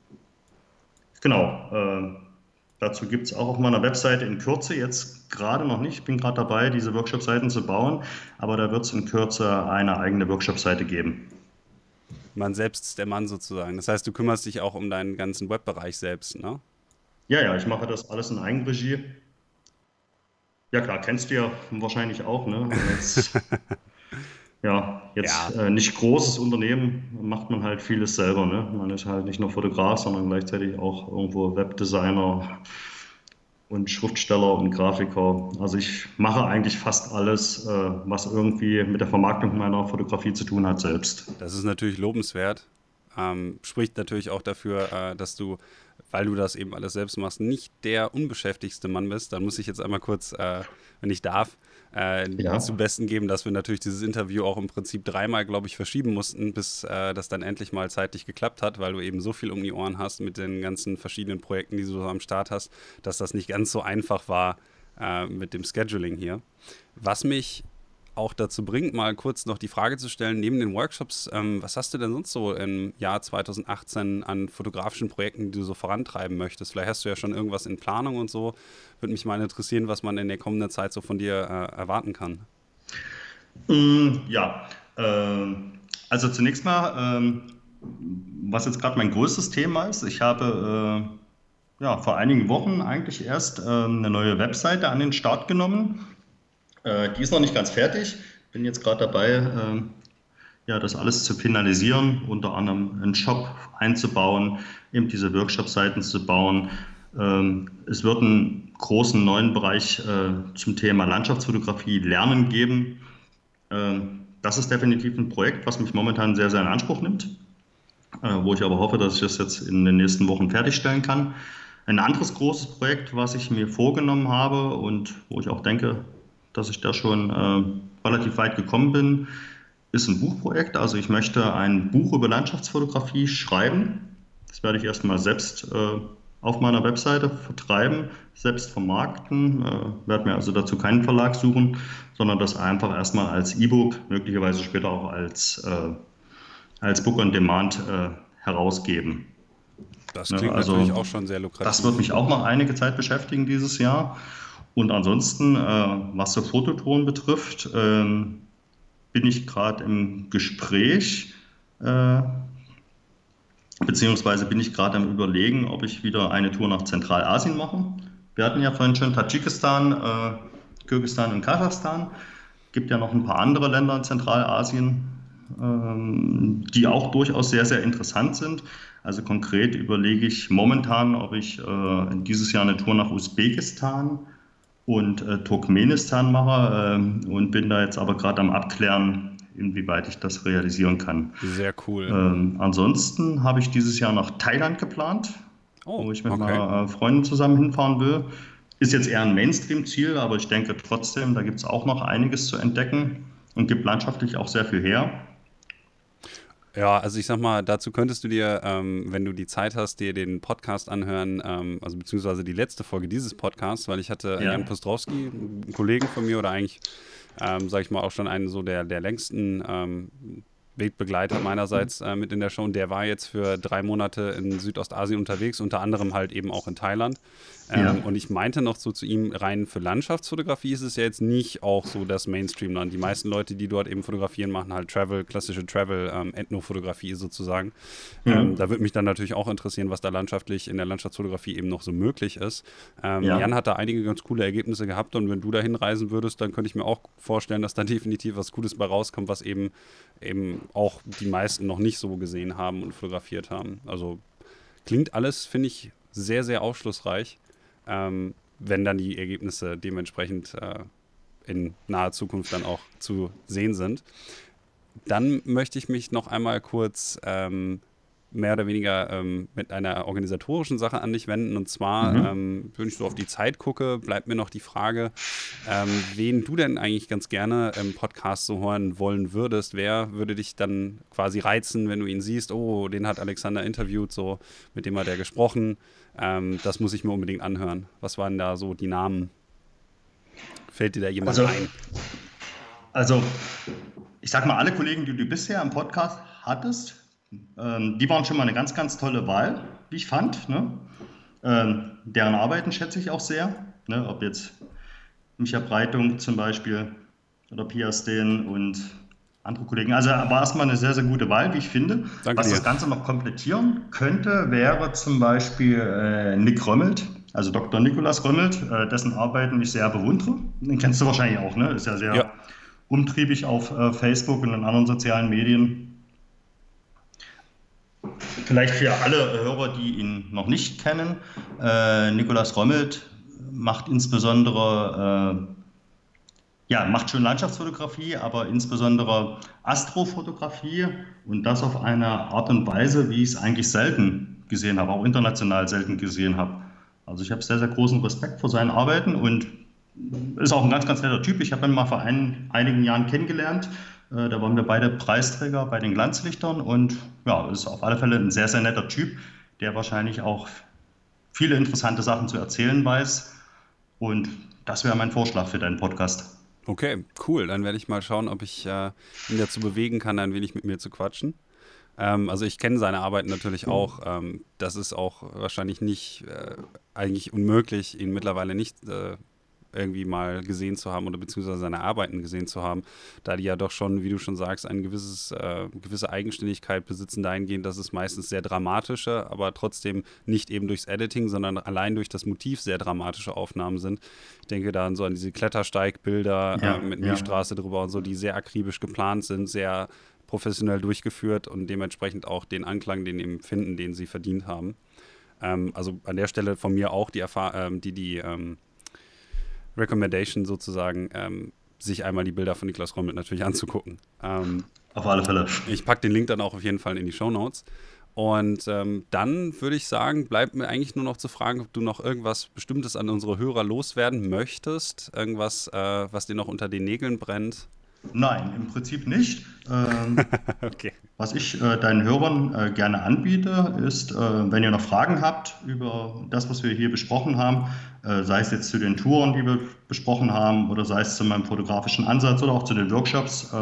Genau, dazu gibt es auch auf meiner Webseite in Kürze, jetzt gerade noch nicht, ich bin gerade dabei, diese Workshop-Seiten zu bauen, aber da wird es in Kürze eine eigene Workshop-Seite geben. Man selbst ist der Mann sozusagen. Das heißt, du kümmerst dich auch um deinen ganzen Webbereich selbst, ne? Ja, ich mache das alles in Eigenregie. Ja klar, kennst du ja wahrscheinlich auch, ne? Jetzt nicht großes Unternehmen, macht man halt vieles selber, ne? Man ist halt nicht nur Fotograf, sondern gleichzeitig auch irgendwo Webdesigner und Schriftsteller und Grafiker. Also ich mache eigentlich fast alles, was irgendwie mit der Vermarktung meiner Fotografie zu tun hat, selbst. Das ist natürlich lobenswert. Spricht natürlich auch dafür, dass du, weil du das eben alles selbst machst, nicht der unbeschäftigste Mann bist. Dann muss ich jetzt einmal kurz, wenn ich darf, Ja. zum Besten geben, dass wir natürlich dieses Interview auch im Prinzip dreimal, glaube ich, verschieben mussten, bis das dann endlich mal zeitlich geklappt hat, weil du eben so viel um die Ohren hast mit den ganzen verschiedenen Projekten, die du so am Start hast, dass das nicht ganz so einfach war mit dem Scheduling hier. Was mich auch dazu bringt, mal kurz noch die Frage zu stellen, neben den Workshops, was hast du denn sonst so im Jahr 2018 an fotografischen Projekten, die du so vorantreiben möchtest? Vielleicht hast du ja schon irgendwas in Planung und so. Würde mich mal interessieren, was man in der kommenden Zeit so von dir erwarten kann. Ja, also zunächst mal, was jetzt gerade mein größtes Thema ist, ich habe ja, vor einigen Wochen eigentlich erst eine neue Webseite an den Start genommen. Die ist noch nicht ganz fertig. Bin jetzt gerade dabei, ja, das alles zu finalisieren, unter anderem einen Shop einzubauen, eben diese Workshop-Seiten zu bauen. Es wird einen großen neuen Bereich zum Thema Landschaftsfotografie Lernen geben. Das ist definitiv ein Projekt, was mich momentan sehr, sehr in Anspruch nimmt, wo ich aber hoffe, dass ich das jetzt in den nächsten Wochen fertigstellen kann. Ein anderes großes Projekt, was ich mir vorgenommen habe und wo ich auch denke, dass ich da schon relativ weit gekommen bin, ist ein Buchprojekt. Also ich möchte ein Buch über Landschaftsfotografie schreiben. Das werde ich erstmal selbst auf meiner Webseite vertreiben, selbst vermarkten. Werde mir also dazu keinen Verlag suchen, sondern das einfach erstmal als E-Book, möglicherweise später auch als Book on Demand herausgeben. Das klingt also natürlich auch schon sehr lukrativ. Das wird mich auch noch einige Zeit beschäftigen dieses Jahr. Und ansonsten, was so Fototouren betrifft, bin ich gerade im Gespräch, beziehungsweise bin ich gerade am Überlegen, ob ich wieder eine Tour nach Zentralasien mache. Wir hatten ja vorhin schon Tadschikistan, Kirgisistan und Kasachstan. Es gibt ja noch ein paar andere Länder in Zentralasien, die auch durchaus sehr, sehr interessant sind. Also konkret überlege ich momentan, ob ich dieses Jahr eine Tour nach Usbekistan und Turkmenistan mache und bin da jetzt aber gerade am Abklären, inwieweit ich das realisieren kann. Sehr cool. Ansonsten habe ich dieses Jahr nach Thailand geplant, wo ich mit meiner Freundin zusammen hinfahren will. Ist jetzt eher ein Mainstream-Ziel, aber ich denke trotzdem, da gibt es auch noch einiges zu entdecken und gibt landschaftlich auch sehr viel her. Ja, also ich sag mal, dazu könntest du dir, wenn du die Zeit hast, dir den Podcast anhören, also beziehungsweise die letzte Folge dieses Podcasts, weil ich hatte Jan Postrowski, einen Kollegen von mir oder eigentlich, sag ich mal, auch schon einen so der längsten Wegbegleiter meinerseits mit in der Show. Und der war jetzt für 3 Monate in Südostasien unterwegs, unter anderem halt eben auch in Thailand. Und ich meinte noch so zu ihm, rein für Landschaftsfotografie ist es ja jetzt nicht auch so das Mainstream-Land. Die meisten Leute, die dort eben fotografieren, machen halt klassische Ethnofotografie sozusagen. Da würde mich dann natürlich auch interessieren, was da landschaftlich in der Landschaftsfotografie eben noch so möglich ist. Jan hat da einige ganz coole Ergebnisse gehabt und wenn du da hinreisen würdest, dann könnte ich mir auch vorstellen, dass da definitiv was Gutes bei rauskommt, was eben auch die meisten noch nicht so gesehen haben und fotografiert haben. Also klingt alles, finde ich, sehr, sehr aufschlussreich. Wenn dann die Ergebnisse dementsprechend in naher Zukunft dann auch zu sehen sind. Dann möchte ich mich noch einmal kurz mehr oder weniger mit einer organisatorischen Sache an dich wenden. Und zwar, wenn ich so auf die Zeit gucke, bleibt mir noch die Frage, wen du denn eigentlich ganz gerne im Podcast so hören wollen würdest. Wer würde dich dann quasi reizen, wenn du ihn siehst? Oh, den hat Alexander interviewt, so mit dem hat er gesprochen. Das muss ich mir unbedingt anhören. Was waren da so die Namen? Fällt dir da jemand ein? Also, ich sag mal, alle Kollegen, die du bisher im Podcast hattest, die waren schon mal eine ganz, ganz tolle Wahl, wie ich fand. Ne? Deren Arbeiten schätze ich auch sehr. Ne? Ob jetzt Micha Breitung zum Beispiel oder Pia Steen und andere Kollegen. Also war erstmal eine sehr, sehr gute Wahl, wie ich finde. Danke Was dir. das Ganze noch komplettieren könnte, wäre zum Beispiel Nick Römmelt, also Dr. Nikolaus Römmelt, dessen Arbeiten ich sehr bewundere. Den kennst du wahrscheinlich auch, ne? Ist ja sehr umtriebig auf Facebook und in anderen sozialen Medien. Vielleicht für alle Hörer, die ihn noch nicht kennen, Nikolaus Römmelt macht insbesondere, macht schon Landschaftsfotografie, aber insbesondere Astrofotografie und das auf eine Art und Weise, wie ich es eigentlich selten gesehen habe, auch international selten gesehen habe. Also ich habe sehr, sehr großen Respekt vor seinen Arbeiten und ist auch ein ganz, ganz netter Typ. Ich habe ihn mal vor einigen Jahren kennengelernt. Da waren wir beide Preisträger bei den Glanzlichtern und ja, ist auf alle Fälle ein sehr, sehr netter Typ, der wahrscheinlich auch viele interessante Sachen zu erzählen weiß. Und das wäre mein Vorschlag für deinen Podcast. Okay, cool. Dann werde ich mal schauen, ob ich ihn dazu bewegen kann, ein wenig mit mir zu quatschen. Also ich kenne seine Arbeit natürlich auch. Das ist auch wahrscheinlich nicht eigentlich unmöglich, ihn mittlerweile nicht irgendwie mal gesehen zu haben oder beziehungsweise seine Arbeiten gesehen zu haben, da die ja doch schon, wie du schon sagst, eine gewisse Eigenständigkeit besitzen dahingehend, dass es meistens sehr dramatische, aber trotzdem nicht eben durchs Editing, sondern allein durch das Motiv sehr dramatische Aufnahmen sind. Ich denke da so an diese Klettersteigbilder mit Milchstraße drüber und so, die sehr akribisch geplant sind, sehr professionell durchgeführt und dementsprechend auch den Anklang, den eben finden, den sie verdient haben. Also an der Stelle von mir auch die Recommendation sozusagen, sich einmal die Bilder von Niklas Rommelt natürlich anzugucken. Auf alle Fälle. Ich packe den Link dann auch auf jeden Fall in die Shownotes. Und dann würde ich sagen, bleibt mir eigentlich nur noch zu fragen, ob du noch irgendwas Bestimmtes an unsere Hörer loswerden möchtest. Irgendwas, was dir noch unter den Nägeln brennt. Nein, im Prinzip nicht. Okay. Was ich deinen Hörern gerne anbiete, ist, wenn ihr noch Fragen habt über das, was wir hier besprochen haben, sei es jetzt zu den Touren, die wir besprochen haben, oder sei es zu meinem fotografischen Ansatz oder auch zu den Workshops,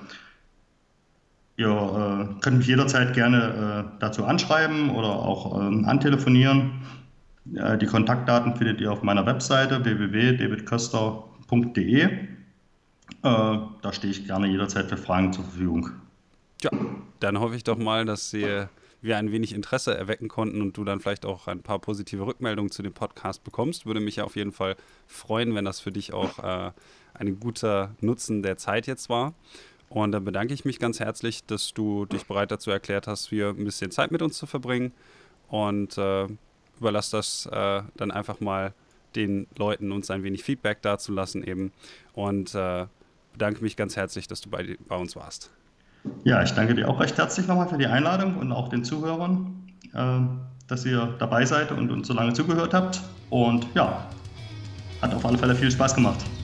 ihr könnt mich jederzeit gerne dazu anschreiben oder auch antelefonieren. Die Kontaktdaten findet ihr auf meiner Webseite www.davidköster.de. Da stehe ich gerne jederzeit für Fragen zur Verfügung. Ja, dann hoffe ich doch mal, dass wir ein wenig Interesse erwecken konnten und du dann vielleicht auch ein paar positive Rückmeldungen zu dem Podcast bekommst. Würde mich ja auf jeden Fall freuen, wenn das für dich auch ein guter Nutzen der Zeit jetzt war. Und dann bedanke ich mich ganz herzlich, dass du dich bereit dazu erklärt hast, hier ein bisschen Zeit mit uns zu verbringen und überlass das dann einfach mal den Leuten, uns ein wenig Feedback dazulassen eben und bedanke mich ganz herzlich, dass du bei uns warst. Ja, ich danke dir auch recht herzlich nochmal für die Einladung und auch den Zuhörern, dass ihr dabei seid und uns so lange zugehört habt. Und ja, hat auf alle Fälle viel Spaß gemacht.